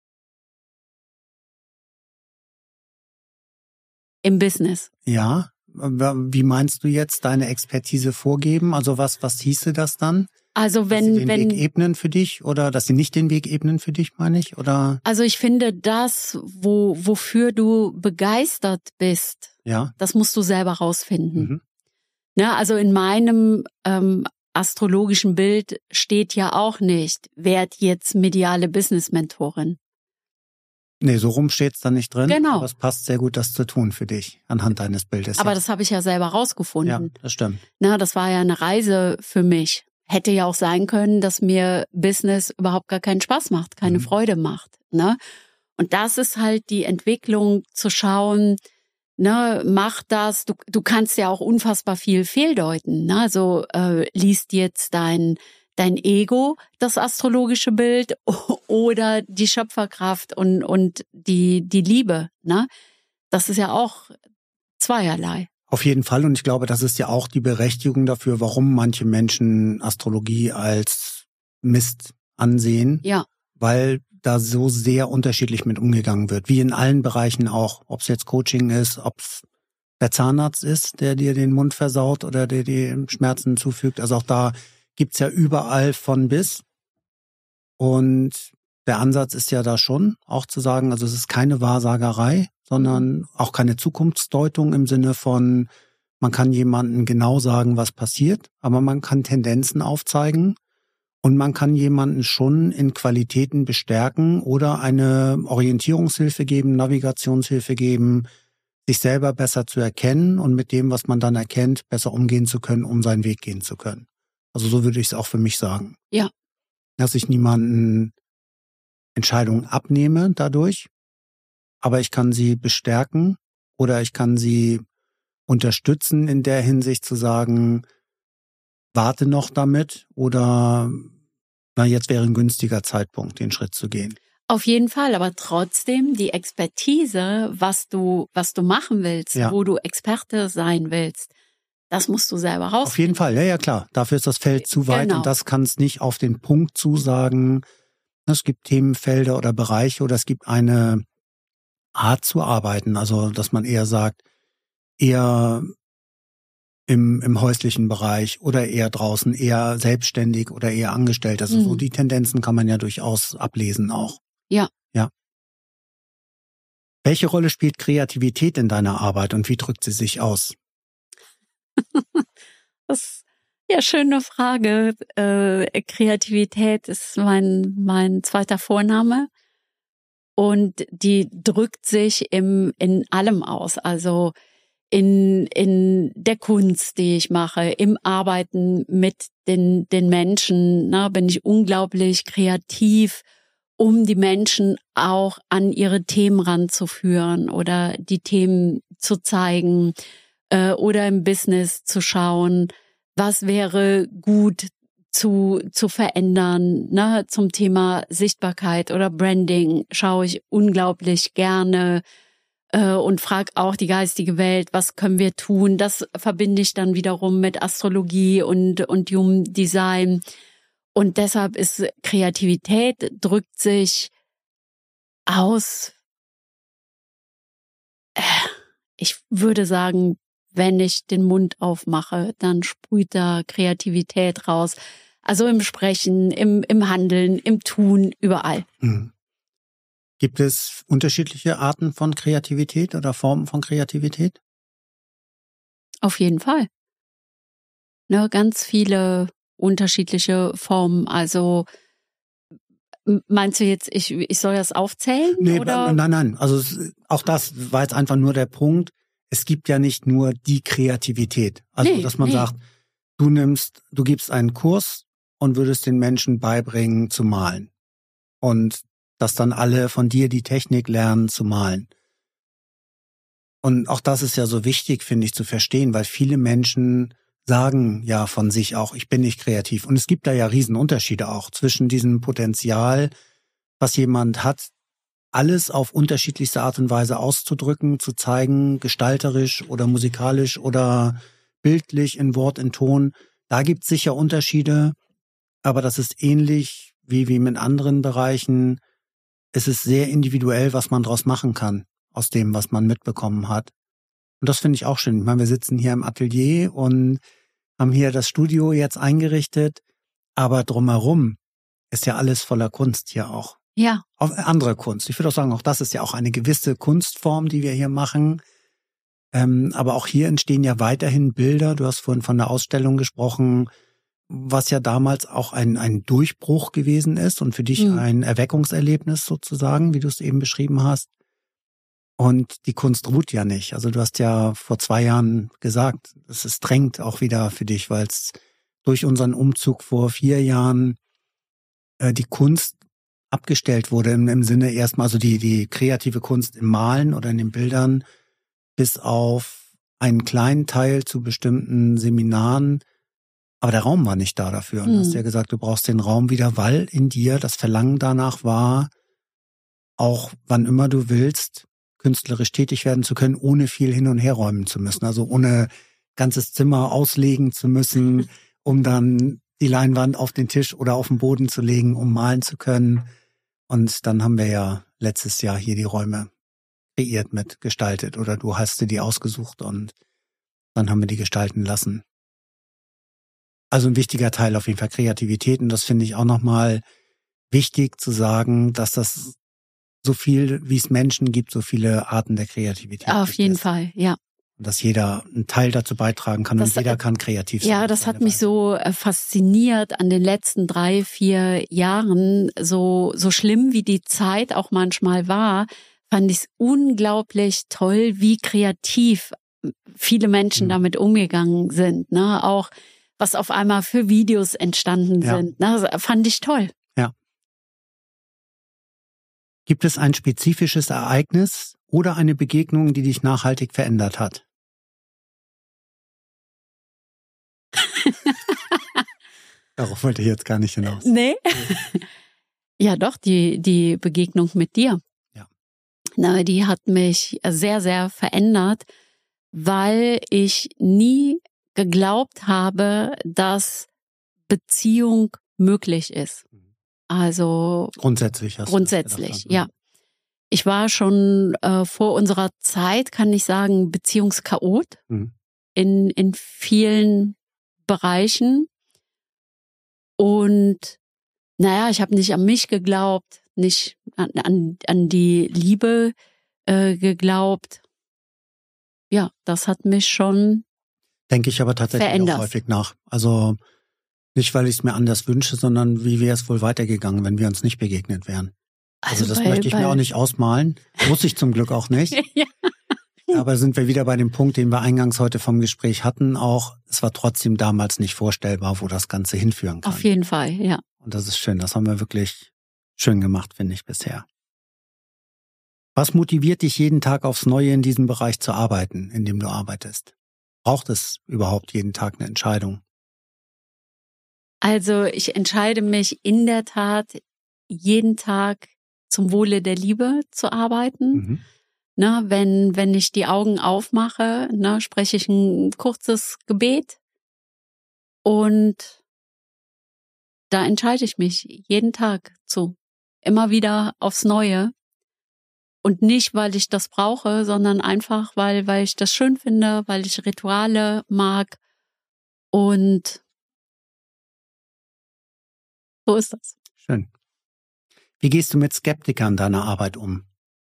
Im Business. Ja. Wie meinst du jetzt deine Expertise vorgeben? Also was, was hieße das dann? Also Dass wenn, sie den wenn, Weg ebnen für dich oder dass sie nicht den Weg ebnen für dich, meine ich? Oder? also ich finde das, wo, wofür du begeistert bist, Ja. das musst du selber rausfinden. Mhm. Ne, also in meinem ähm, astrologischen Bild steht ja auch nicht, werd jetzt mediale Business-Mentorin. Nee, so rum steht's da nicht drin. Genau. Aber es passt sehr gut, das zu tun für dich, anhand deines Bildes. Aber ja. das habe ich ja selber Ja, rausgefunden. das stimmt. Na, das war ja eine Reise für mich. Hätte ja auch sein können, dass mir Business überhaupt gar keinen Spaß macht, keine Mhm. Freude macht. Ne? Und das ist halt die Entwicklung, zu schauen, ne, mach das. Du, du kannst ja auch unfassbar viel fehldeuten. Ne? Also äh, liest jetzt dein dein Ego das astrologische Bild oder die Schöpferkraft und und die die Liebe. Ne? Das ist ja auch zweierlei. Auf jeden Fall. Und ich glaube, das ist ja auch die Berechtigung dafür, warum manche Menschen Astrologie als Mist ansehen. Ja. Weil da so sehr unterschiedlich mit umgegangen wird. Wie in allen Bereichen auch. Ob es jetzt Coaching ist, ob es der Zahnarzt ist, der dir den Mund versaut oder der dir Schmerzen zufügt. Also auch da gibt's ja überall von bis. Und der Ansatz ist ja da schon, auch zu sagen, also es ist keine Wahrsagerei, sondern auch keine Zukunftsdeutung im Sinne von, man kann jemandem genau sagen, was passiert, aber man kann Tendenzen aufzeigen und man kann jemanden schon in Qualitäten bestärken oder eine Orientierungshilfe geben, Navigationshilfe geben, sich selber besser zu erkennen und mit dem, was man dann erkennt, besser umgehen zu können, um seinen Weg gehen zu können. Also so würde ich es auch für mich sagen. Ja. Dass ich niemanden Entscheidungen abnehme dadurch, aber ich kann sie bestärken oder ich kann sie unterstützen in der Hinsicht zu sagen, warte noch damit oder na, jetzt wäre ein günstiger Zeitpunkt, den Schritt zu gehen. Auf jeden Fall, aber trotzdem die Expertise, was du was du machen willst, Ja. wo du Experte sein willst, das musst du selber rausfinden. Auf jeden Fall, ja, ja, klar. Dafür ist das Feld zu weit Genau. und das kann es nicht auf den Punkt zusagen. Es gibt Themenfelder oder Bereiche oder es gibt eine Art zu arbeiten. Also, dass man eher sagt, eher im, im häuslichen Bereich oder eher draußen, eher selbstständig oder eher angestellt. Also Mhm. so die Tendenzen kann man ja durchaus ablesen auch. Ja. Ja. Welche Rolle spielt Kreativität in deiner Arbeit und wie drückt sie sich aus? Das ist ja schöne Frage. Äh, Kreativität ist mein mein zweiter Vorname und die drückt sich im in allem aus. Also in in der Kunst, die ich mache, im Arbeiten mit den den Menschen, ne, bin ich unglaublich kreativ, um die Menschen auch an ihre Themen ranzuführen oder die Themen zu zeigen äh, oder im Business zu schauen, was wäre gut zu zu verändern, ne, zum Thema Sichtbarkeit oder Branding schaue ich unglaublich gerne äh, und frage auch die geistige Welt, was können wir tun? Das verbinde ich dann wiederum mit Astrologie und und Human Design. Und deshalb ist Kreativität drückt sich aus, äh, ich würde sagen, wenn ich den Mund aufmache, dann sprüht da Kreativität raus. Also im Sprechen, im, im Handeln, im Tun, überall. Mhm. Gibt es unterschiedliche Arten von Kreativität oder Formen von Kreativität? Auf jeden Fall. Ne, ganz viele unterschiedliche Formen. Also meinst du jetzt, ich, ich soll das aufzählen? Nee, oder? Nein, nein. Also auch das war jetzt einfach nur der Punkt. Es gibt ja nicht nur die Kreativität. Also Nee, dass man nee. sagt, du nimmst, du gibst einen Kurs und würdest den Menschen beibringen zu malen. Und dass dann alle von dir die Technik lernen zu malen. Und auch das ist ja so wichtig, finde ich, zu verstehen, weil viele Menschen sagen ja von sich auch, ich bin nicht kreativ. Und es gibt da ja Riesenunterschiede auch zwischen diesem Potenzial, was jemand hat, alles auf unterschiedlichste Art und Weise auszudrücken, zu zeigen, gestalterisch oder musikalisch oder bildlich in Wort, in Ton. Da gibt es sicher Unterschiede, aber das ist ähnlich wie, wie mit anderen Bereichen. Es ist sehr individuell, was man draus machen kann, aus dem, was man mitbekommen hat. Und das finde ich auch schön. Ich meine, wir sitzen hier im Atelier und haben hier das Studio jetzt eingerichtet, aber drumherum ist ja alles voller Kunst hier auch. Ja. Auf andere Kunst. Ich würde auch sagen, auch das ist ja auch eine gewisse Kunstform, die wir hier machen. Ähm, aber auch hier entstehen ja weiterhin Bilder. Du hast vorhin von der Ausstellung gesprochen, was ja damals auch ein, ein Durchbruch gewesen ist und für dich mhm. ein Erweckungserlebnis sozusagen, wie du es eben beschrieben hast. Und die Kunst ruht ja nicht. Also du hast ja vor zwei Jahren gesagt, es ist drängt auch wieder für dich, weil es durch unseren Umzug vor vier Jahren äh, die Kunst abgestellt wurde im, im Sinne erstmal, also die, die kreative Kunst im Malen oder in den Bildern, bis auf einen kleinen Teil zu bestimmten Seminaren. Aber der Raum war nicht da dafür. Und du hast ja gesagt, du brauchst den Raum wieder, weil in dir das Verlangen danach war, auch wann immer du willst, künstlerisch tätig werden zu können, ohne viel hin und her räumen zu müssen. Also ohne ganzes Zimmer auslegen zu müssen, um dann die Leinwand auf den Tisch oder auf den Boden zu legen, um malen zu können. Und dann haben wir ja letztes Jahr hier die Räume kreiert mit gestaltet. Oder du hast dir die ausgesucht und dann haben wir die gestalten lassen. Also ein wichtiger Teil auf jeden Fall Kreativität. Und das finde ich auch nochmal wichtig zu sagen, dass das so viel, wie es Menschen gibt, so viele Arten der Kreativität gibt. Auf jeden Fall, ja. Und dass jeder einen Teil dazu beitragen kann das, und jeder kann kreativ sein. Ja, das hat mich so fasziniert an den letzten drei, vier Jahren. So, so schlimm wie die Zeit auch manchmal war, fand ich es unglaublich toll, wie kreativ viele Menschen mhm. damit umgegangen sind. Ne? Auch was auf einmal für Videos entstanden ja. sind. Ne? Das fand ich toll. Ja. Gibt es ein spezifisches Ereignis oder eine Begegnung, die dich nachhaltig verändert hat? Darauf wollte ich jetzt gar nicht hinaus. Nee. Ja, doch, die, die Begegnung mit dir. Ja. Na, die hat mich sehr, sehr verändert, weil ich nie geglaubt habe, dass Beziehung möglich ist. Also grundsätzlich hast grundsätzlich, ja. Ich war schon äh, vor unserer Zeit, kann ich sagen, Beziehungschaot mhm. in in vielen Bereichen. Und naja, ich habe nicht an mich geglaubt, nicht an, an, an die Liebe, äh, geglaubt. Ja, das hat mich schon Denke ich aber tatsächlich verändert. auch häufig nach. Also nicht, weil ich es mir anders wünsche, sondern wie wäre es wohl weitergegangen, wenn wir uns nicht begegnet wären. Also, also das bei, möchte ich bei... mir auch nicht ausmalen. Muss ich zum Glück auch nicht. Ja. Aber sind wir wieder bei dem Punkt, den wir eingangs heute vom Gespräch hatten, auch, es war trotzdem damals nicht vorstellbar, wo das Ganze hinführen kann. Auf jeden Fall, ja. Und das ist schön. Das haben wir wirklich schön gemacht, finde ich, bisher. Was motiviert dich jeden Tag aufs Neue in diesem Bereich zu arbeiten, in dem du arbeitest? Braucht es überhaupt jeden Tag eine Entscheidung? Also ich entscheide mich in der Tat jeden Tag zum Wohle der Liebe zu arbeiten. Mhm. Ne, wenn, wenn ich die Augen aufmache, ne, spreche ich ein kurzes Gebet und da entscheide ich mich jeden Tag zu. Immer wieder aufs Neue. Und nicht, weil ich das brauche, sondern einfach, weil, weil ich das schön finde, weil ich Rituale mag. Und so ist das. Schön. Wie gehst du mit Skeptikern deiner Arbeit um?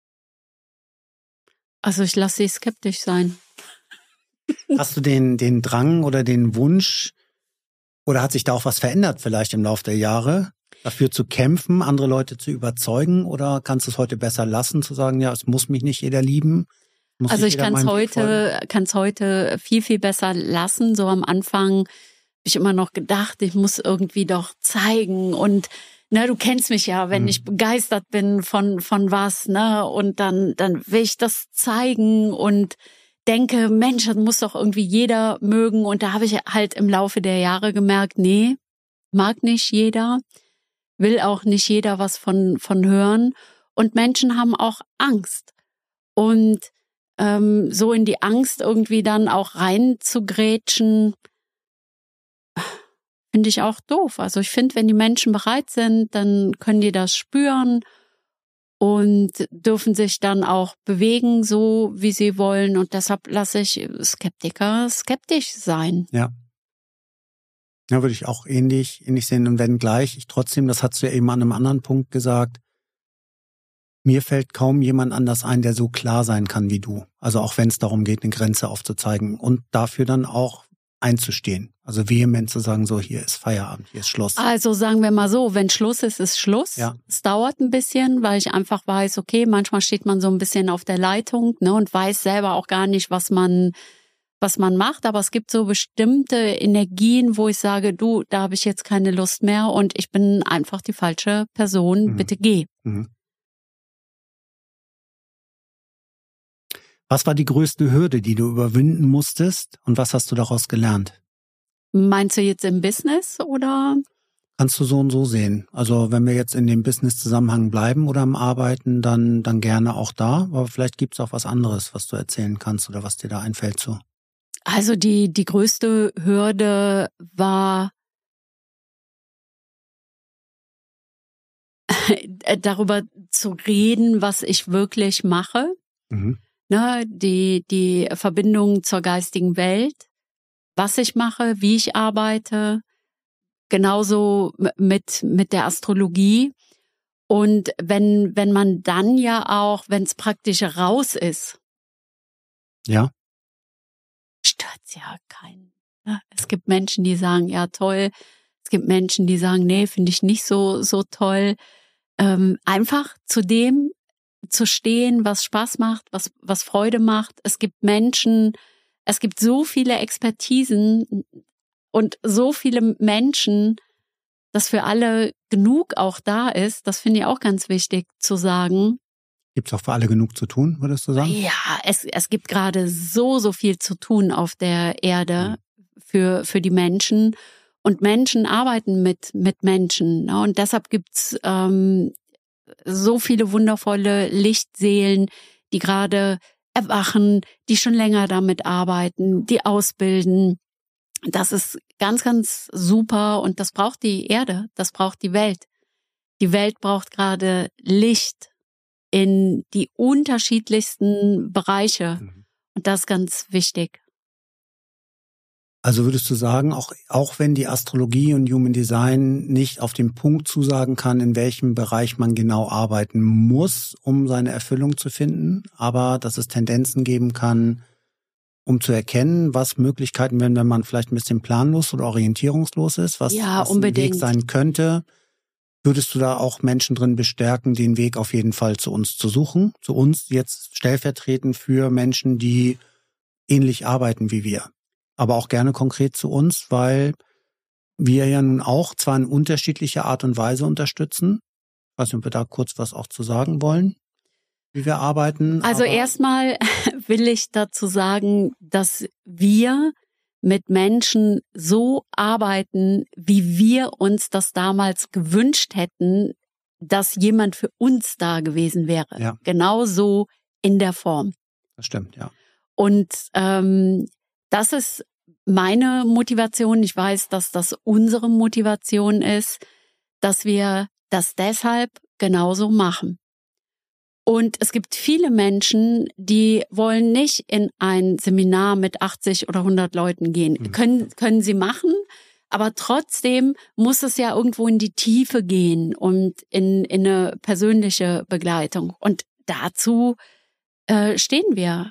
Also ich lasse sie skeptisch sein. Hast du den, den Drang oder den Wunsch, oder hat sich da auch was verändert vielleicht im Laufe der Jahre, dafür zu kämpfen, andere Leute zu überzeugen, oder kannst du es heute besser lassen, zu sagen, ja, es muss mich nicht jeder lieben? Muss also ich kann es heute, kann es heute viel, viel besser lassen. So am Anfang habe ich immer noch gedacht, ich muss irgendwie doch zeigen und na, du kennst mich ja, wenn hm. ich begeistert bin von von was, ne, und dann dann will ich das zeigen und denke, Mensch, das muss doch irgendwie jeder mögen. Und da habe ich halt im Laufe der Jahre gemerkt, nee, mag nicht jeder, will auch nicht jeder was von von hören. Und Menschen haben auch Angst. Und ähm, so in die Angst irgendwie dann auch reinzugrätschen, finde ich auch doof. Also ich finde, wenn die Menschen bereit sind, dann können die das spüren und dürfen sich dann auch bewegen, so wie sie wollen. Und deshalb lasse ich Skeptiker skeptisch sein. Ja. Ja, würde ich auch ähnlich, ähnlich sehen. Und wenn gleich, ich trotzdem, das hast du ja eben an einem anderen Punkt gesagt, mir fällt kaum jemand anders ein, der so klar sein kann wie du. Also auch wenn es darum geht, eine Grenze aufzuzeigen und dafür dann auch einzustehen. Also vehement zu sagen, so, hier ist Feierabend, hier ist Schluss. Also sagen wir mal so, wenn Schluss ist, ist Schluss. Ja. Es dauert ein bisschen, weil ich einfach weiß, okay, manchmal steht man so ein bisschen auf der Leitung, ne, und weiß selber auch gar nicht, was man was man macht. Aber es gibt so bestimmte Energien, wo ich sage, du, da habe ich jetzt keine Lust mehr und ich bin einfach die falsche Person, mhm. bitte geh. Mhm. Was war die größte Hürde, die du überwinden musstest, und was hast du daraus gelernt? Meinst du jetzt im Business oder? Kannst du so und so sehen. Also wenn wir jetzt in dem Business-Zusammenhang bleiben oder am Arbeiten, dann dann gerne auch da. Aber vielleicht gibt's auch was anderes, was du erzählen kannst oder was dir da einfällt so. Also die die größte Hürde war darüber zu reden, was ich wirklich mache. Mhm. Ne, die, die Verbindung zur geistigen Welt, was ich mache, wie ich arbeite, genauso mit, mit der Astrologie. Und wenn, wenn man dann ja auch, wenn es praktisch raus ist, ja, stört's ja keinen. Ne? Es gibt Menschen, die sagen, ja toll. Es gibt Menschen, die sagen, nee, finde ich nicht so, so toll. Ähm, einfach zu dem zu stehen, was Spaß macht, was was Freude macht. Es gibt Menschen, es gibt so viele Expertisen und so viele Menschen, dass für alle genug auch da ist. Das finde ich auch ganz wichtig zu sagen. Gibt es auch für alle genug zu tun, würdest du sagen? Ja, es es gibt gerade so so viel zu tun auf der Erde mhm. für für die Menschen, und Menschen arbeiten mit mit Menschen, ne? Und deshalb gibt's ähm, so viele wundervolle Lichtseelen, die gerade erwachen, die schon länger damit arbeiten, die ausbilden. Das ist ganz, ganz super, und das braucht die Erde, das braucht die Welt. Die Welt braucht gerade Licht in die unterschiedlichsten Bereiche, mhm. und das ist ganz wichtig. Also würdest du sagen, auch, auch wenn die Astrologie und Human Design nicht auf den Punkt zusagen kann, in welchem Bereich man genau arbeiten muss, um seine Erfüllung zu finden, aber dass es Tendenzen geben kann, um zu erkennen, was Möglichkeiten wären, wenn man vielleicht ein bisschen planlos oder orientierungslos ist, was, Ja, was ein unbedingt. Weg sein könnte, würdest du da auch Menschen drin bestärken, den Weg auf jeden Fall zu uns zu suchen, zu uns jetzt stellvertretend für Menschen, die ähnlich arbeiten wie wir? Aber auch gerne konkret zu uns, weil wir ja nun auch zwar in unterschiedlicher Art und Weise unterstützen. Ich weiß nicht, ob wir da kurz was auch zu sagen wollen, wie wir arbeiten. Also erstmal will ich dazu sagen, dass wir mit Menschen so arbeiten, wie wir uns das damals gewünscht hätten, dass jemand für uns da gewesen wäre. Ja. Genauso in der Form. Das stimmt, ja. Und ähm, das ist meine Motivation. Ich weiß, dass das unsere Motivation ist, dass wir das deshalb genauso machen. Und es gibt viele Menschen, die wollen nicht in ein Seminar mit achtzig oder hundert Leuten gehen. Mhm. Können, können sie machen, aber trotzdem muss es ja irgendwo in die Tiefe gehen und in, in eine persönliche Begleitung. Und dazu äh, stehen wir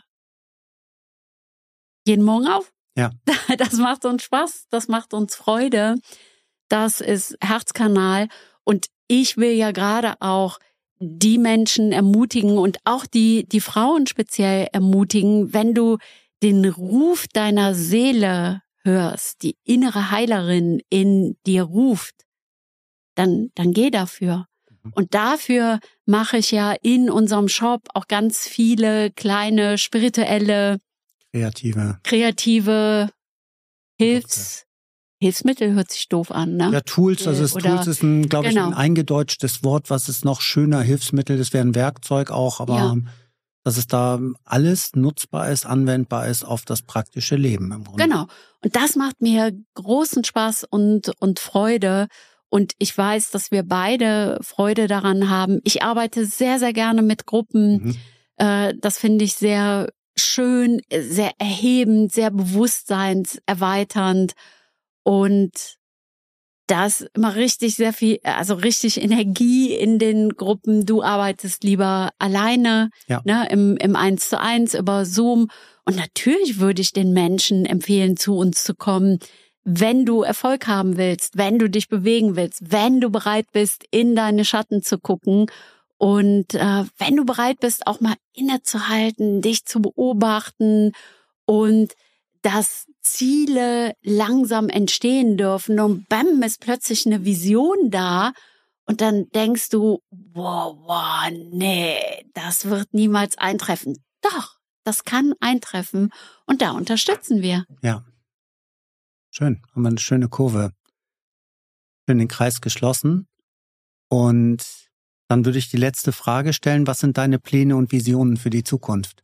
jeden Morgen auf. Ja. Das macht uns Spaß, das macht uns Freude. Das ist Herzkanal. Und ich will ja gerade auch die Menschen ermutigen und auch die, die Frauen speziell ermutigen, wenn du den Ruf deiner Seele hörst, die innere Heilerin in dir ruft, dann, dann geh dafür. Und dafür mache ich ja in unserem Shop auch ganz viele kleine spirituelle, kreative, kreative Hilfs, Hilfsmittel hört sich doof an, ne? Ja, Tools, also das Oder, Tools ist ein, glaube genau. ich, ein eingedeutschtes Wort, was ist noch schöner, Hilfsmittel, das wäre ein Werkzeug auch, aber ja. dass es da alles nutzbar ist, anwendbar ist auf das praktische Leben im Grunde. Genau. Und das macht mir großen Spaß und, und Freude. Und ich weiß, dass wir beide Freude daran haben. Ich arbeite sehr, sehr gerne mit Gruppen. Mhm. Äh, das finde ich sehr schön, sehr erhebend, sehr bewusstseinserweiternd. Und da ist immer richtig sehr viel, also richtig Energie in den Gruppen. Du arbeitest lieber alleine, ja. ne, im, im Eins zu Eins über Zoom. Und natürlich würde ich den Menschen empfehlen, zu uns zu kommen, wenn du Erfolg haben willst, wenn du dich bewegen willst, wenn du bereit bist, in deine Schatten zu gucken und äh, wenn du bereit bist, auch mal innezuhalten, dich zu beobachten und dass Ziele langsam entstehen dürfen und bam, ist plötzlich eine Vision da und dann denkst du, wow, wow, nee, das wird niemals eintreffen. Doch, das kann eintreffen und da unterstützen wir. Ja, schön, haben wir eine schöne Kurve, schön den Kreis geschlossen und dann würde ich die letzte Frage stellen, was sind deine Pläne und Visionen für die Zukunft?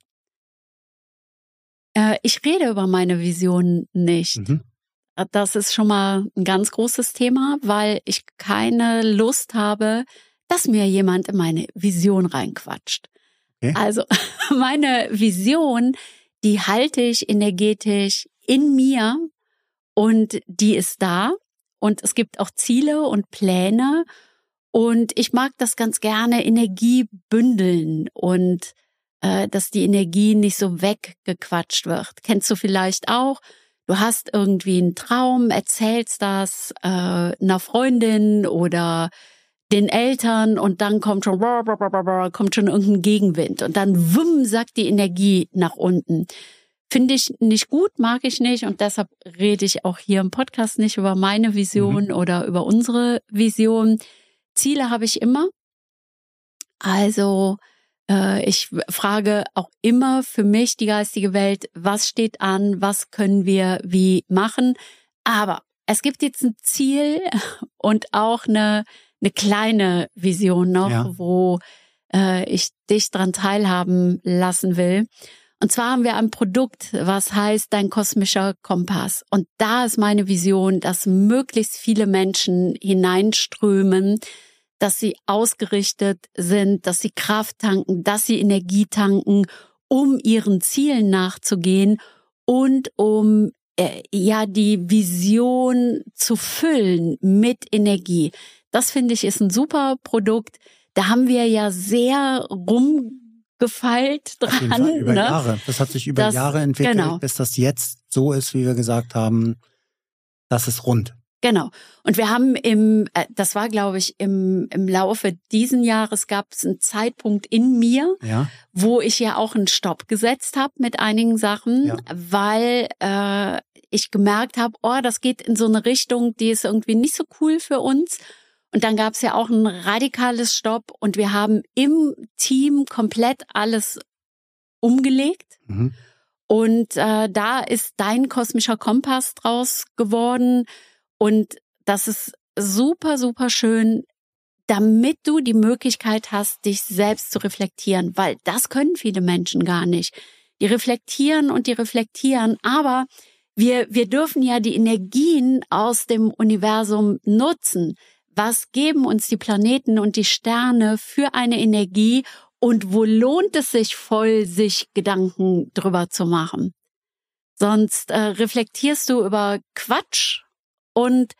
Ich rede über meine Vision nicht. Mhm. Das ist schon mal ein ganz großes Thema, weil ich keine Lust habe, dass mir jemand in meine Vision reinquatscht. Okay. Also meine Vision, die halte ich energetisch in mir und die ist da. Und es gibt auch Ziele und Pläne. Und ich mag das ganz gerne, Energie bündeln und dass die Energie nicht so weggequatscht wird. Kennst du vielleicht auch? Du hast irgendwie einen Traum, erzählst das äh, einer Freundin oder den Eltern und dann kommt schon kommt schon irgendein Gegenwind und dann wumm sagt die Energie nach unten. Finde ich nicht gut, mag ich nicht und deshalb rede ich auch hier im Podcast nicht über meine Vision mhm. oder über unsere Vision. Ziele habe ich immer. Also ich frage auch immer für mich die geistige Welt, was steht an, was können wir wie machen. Aber es gibt jetzt ein Ziel und auch eine, eine kleine Vision noch, ja. wo äh, ich dich dran teilhaben lassen will. Und zwar haben wir ein Produkt, was heißt Dein kosmischer Kompass. Und da ist meine Vision, dass möglichst viele Menschen hineinströmen, dass sie ausgerichtet sind, dass sie Kraft tanken, dass sie Energie tanken, um ihren Zielen nachzugehen und um äh, ja die Vision zu füllen mit Energie. Das finde ich ist ein super Produkt. Da haben wir ja sehr rumgefeilt dran. Auf jeden Fall, über ne? Jahre. Das hat sich über das, Jahre entwickelt, genau. bis das jetzt so ist, wie wir gesagt haben, das ist rund. Genau. Und wir haben im, das war glaube ich im im Laufe diesen Jahres gab es einen Zeitpunkt in mir, ja. wo ich ja auch einen Stopp gesetzt habe mit einigen Sachen, ja. weil äh, ich gemerkt habe, oh, das geht in so eine Richtung, die ist irgendwie nicht so cool für uns. Und dann gab es ja auch ein radikales Stopp und wir haben im Team komplett alles umgelegt. Mhm. Und äh, da ist dein kosmischer Kompass draus geworden. Und das ist super, super schön, damit du die Möglichkeit hast, dich selbst zu reflektieren, weil das können viele Menschen gar nicht. Die reflektieren und die reflektieren, aber wir wir dürfen ja die Energien aus dem Universum nutzen. Was geben uns die Planeten und die Sterne für eine Energie und wo lohnt es sich voll, sich Gedanken drüber zu machen? Sonst äh, reflektierst du über Quatsch. Und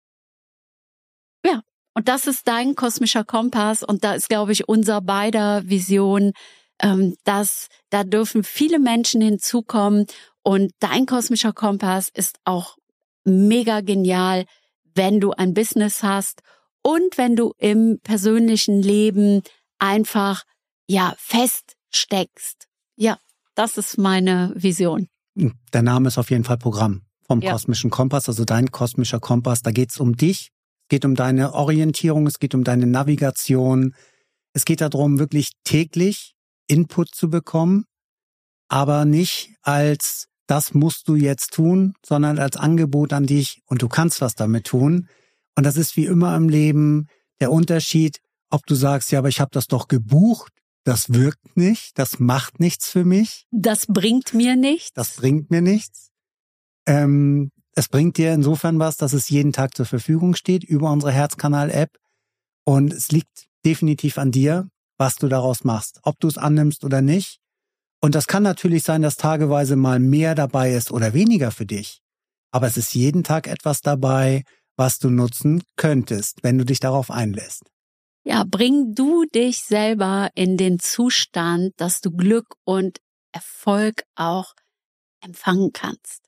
ja, und das ist dein kosmischer Kompass und da ist, glaube ich, unser beider Vision, ähm, dass da dürfen viele Menschen hinzukommen und dein kosmischer Kompass ist auch mega genial, wenn du ein Business hast und wenn du im persönlichen Leben einfach ja feststeckst. Ja, das ist meine Vision. Der Name ist auf jeden Fall Programm. Vom ja. kosmischen Kompass, also dein kosmischer Kompass, da geht's um dich, es geht um deine Orientierung, es geht um deine Navigation, es geht darum, wirklich täglich Input zu bekommen, aber nicht als, das musst du jetzt tun, sondern als Angebot an dich und du kannst was damit tun. Und das ist wie immer im Leben der Unterschied, ob du sagst, ja, aber ich habe das doch gebucht, das wirkt nicht, das macht nichts für mich. Das bringt mir nichts. Das bringt mir nichts. Ähm, es bringt dir insofern was, dass es jeden Tag zur Verfügung steht über unsere Herzkanal-App und es liegt definitiv an dir, was du daraus machst, ob du es annimmst oder nicht. Und das kann natürlich sein, dass tageweise mal mehr dabei ist oder weniger für dich, aber es ist jeden Tag etwas dabei, was du nutzen könntest, wenn du dich darauf einlässt. Ja, bring du dich selber in den Zustand, dass du Glück und Erfolg auch empfangen kannst.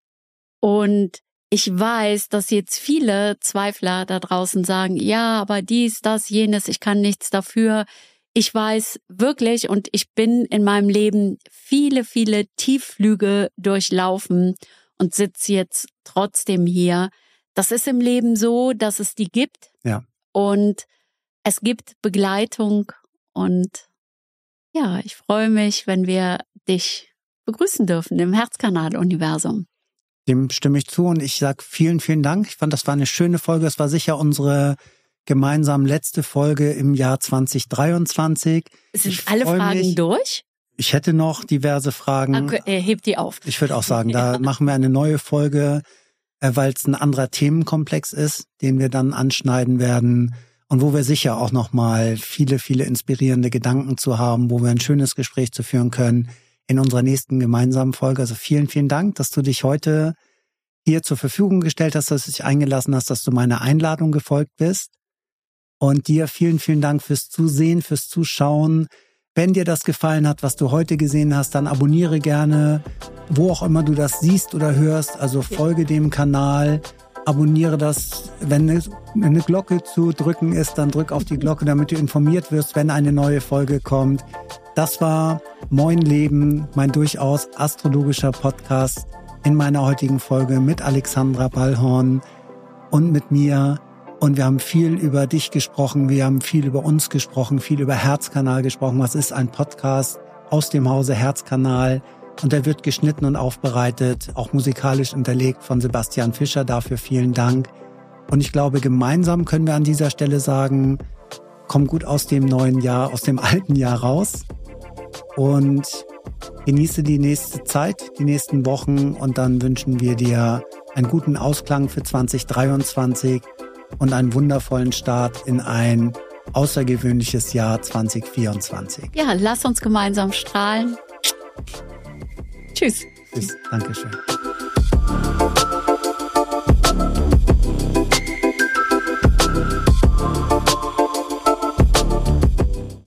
Und ich weiß, dass jetzt viele Zweifler da draußen sagen, ja, aber dies, das, jenes, ich kann nichts dafür. Ich weiß wirklich und ich bin in meinem Leben viele, viele Tiefflüge durchlaufen und sitze jetzt trotzdem hier. Das ist im Leben so, dass es die gibt. Ja. Und es gibt Begleitung und ja, ich freue mich, wenn wir dich begrüßen dürfen im Herzkanal-Universum. Dem stimme ich zu und ich sage vielen, vielen Dank. Ich fand, das war eine schöne Folge. Es war sicher unsere gemeinsam letzte Folge im Jahr zwanzig dreiundzwanzig. Sind ich alle Fragen mich. durch? Ich hätte noch diverse Fragen. Okay, äh, heb die auf. Ich würde auch sagen, da ja. machen wir eine neue Folge, äh, weil es ein anderer Themenkomplex ist, den wir dann anschneiden werden und wo wir sicher auch nochmal viele, viele inspirierende Gedanken zu haben, wo wir ein schönes Gespräch zu führen können. In unserer nächsten gemeinsamen Folge. Also vielen, vielen Dank, dass du dich heute hier zur Verfügung gestellt hast, dass du dich eingelassen hast, dass du meiner Einladung gefolgt bist. Und dir vielen, vielen Dank fürs Zusehen, fürs Zuschauen. Wenn dir das gefallen hat, was du heute gesehen hast, dann abonniere gerne, wo auch immer du das siehst oder hörst. Also folge dem Kanal, abonniere das. Wenn eine, eine Glocke zu drücken ist, dann drück auf die Glocke, damit du informiert wirst, wenn eine neue Folge kommt. Das war Moin Leben, mein durchaus astrologischer Podcast in meiner heutigen Folge mit Alexandra Ballhorn und mit mir. Und wir haben viel über dich gesprochen, wir haben viel über uns gesprochen, viel über Herzkanal gesprochen. Was ist ein Podcast aus dem Hause Herzkanal? Und der wird geschnitten und aufbereitet, auch musikalisch unterlegt von Sebastian Fischer. Dafür vielen Dank. Und ich glaube, gemeinsam können wir an dieser Stelle sagen, komm gut aus dem neuen Jahr, aus dem alten Jahr raus. Und genieße die nächste Zeit, die nächsten Wochen und dann wünschen wir dir einen guten Ausklang für zwanzig dreiundzwanzig und einen wundervollen Start in ein außergewöhnliches Jahr zwanzig vierundzwanzig. Ja, lass uns gemeinsam strahlen. Tschüss. Tschüss, Dankeschön.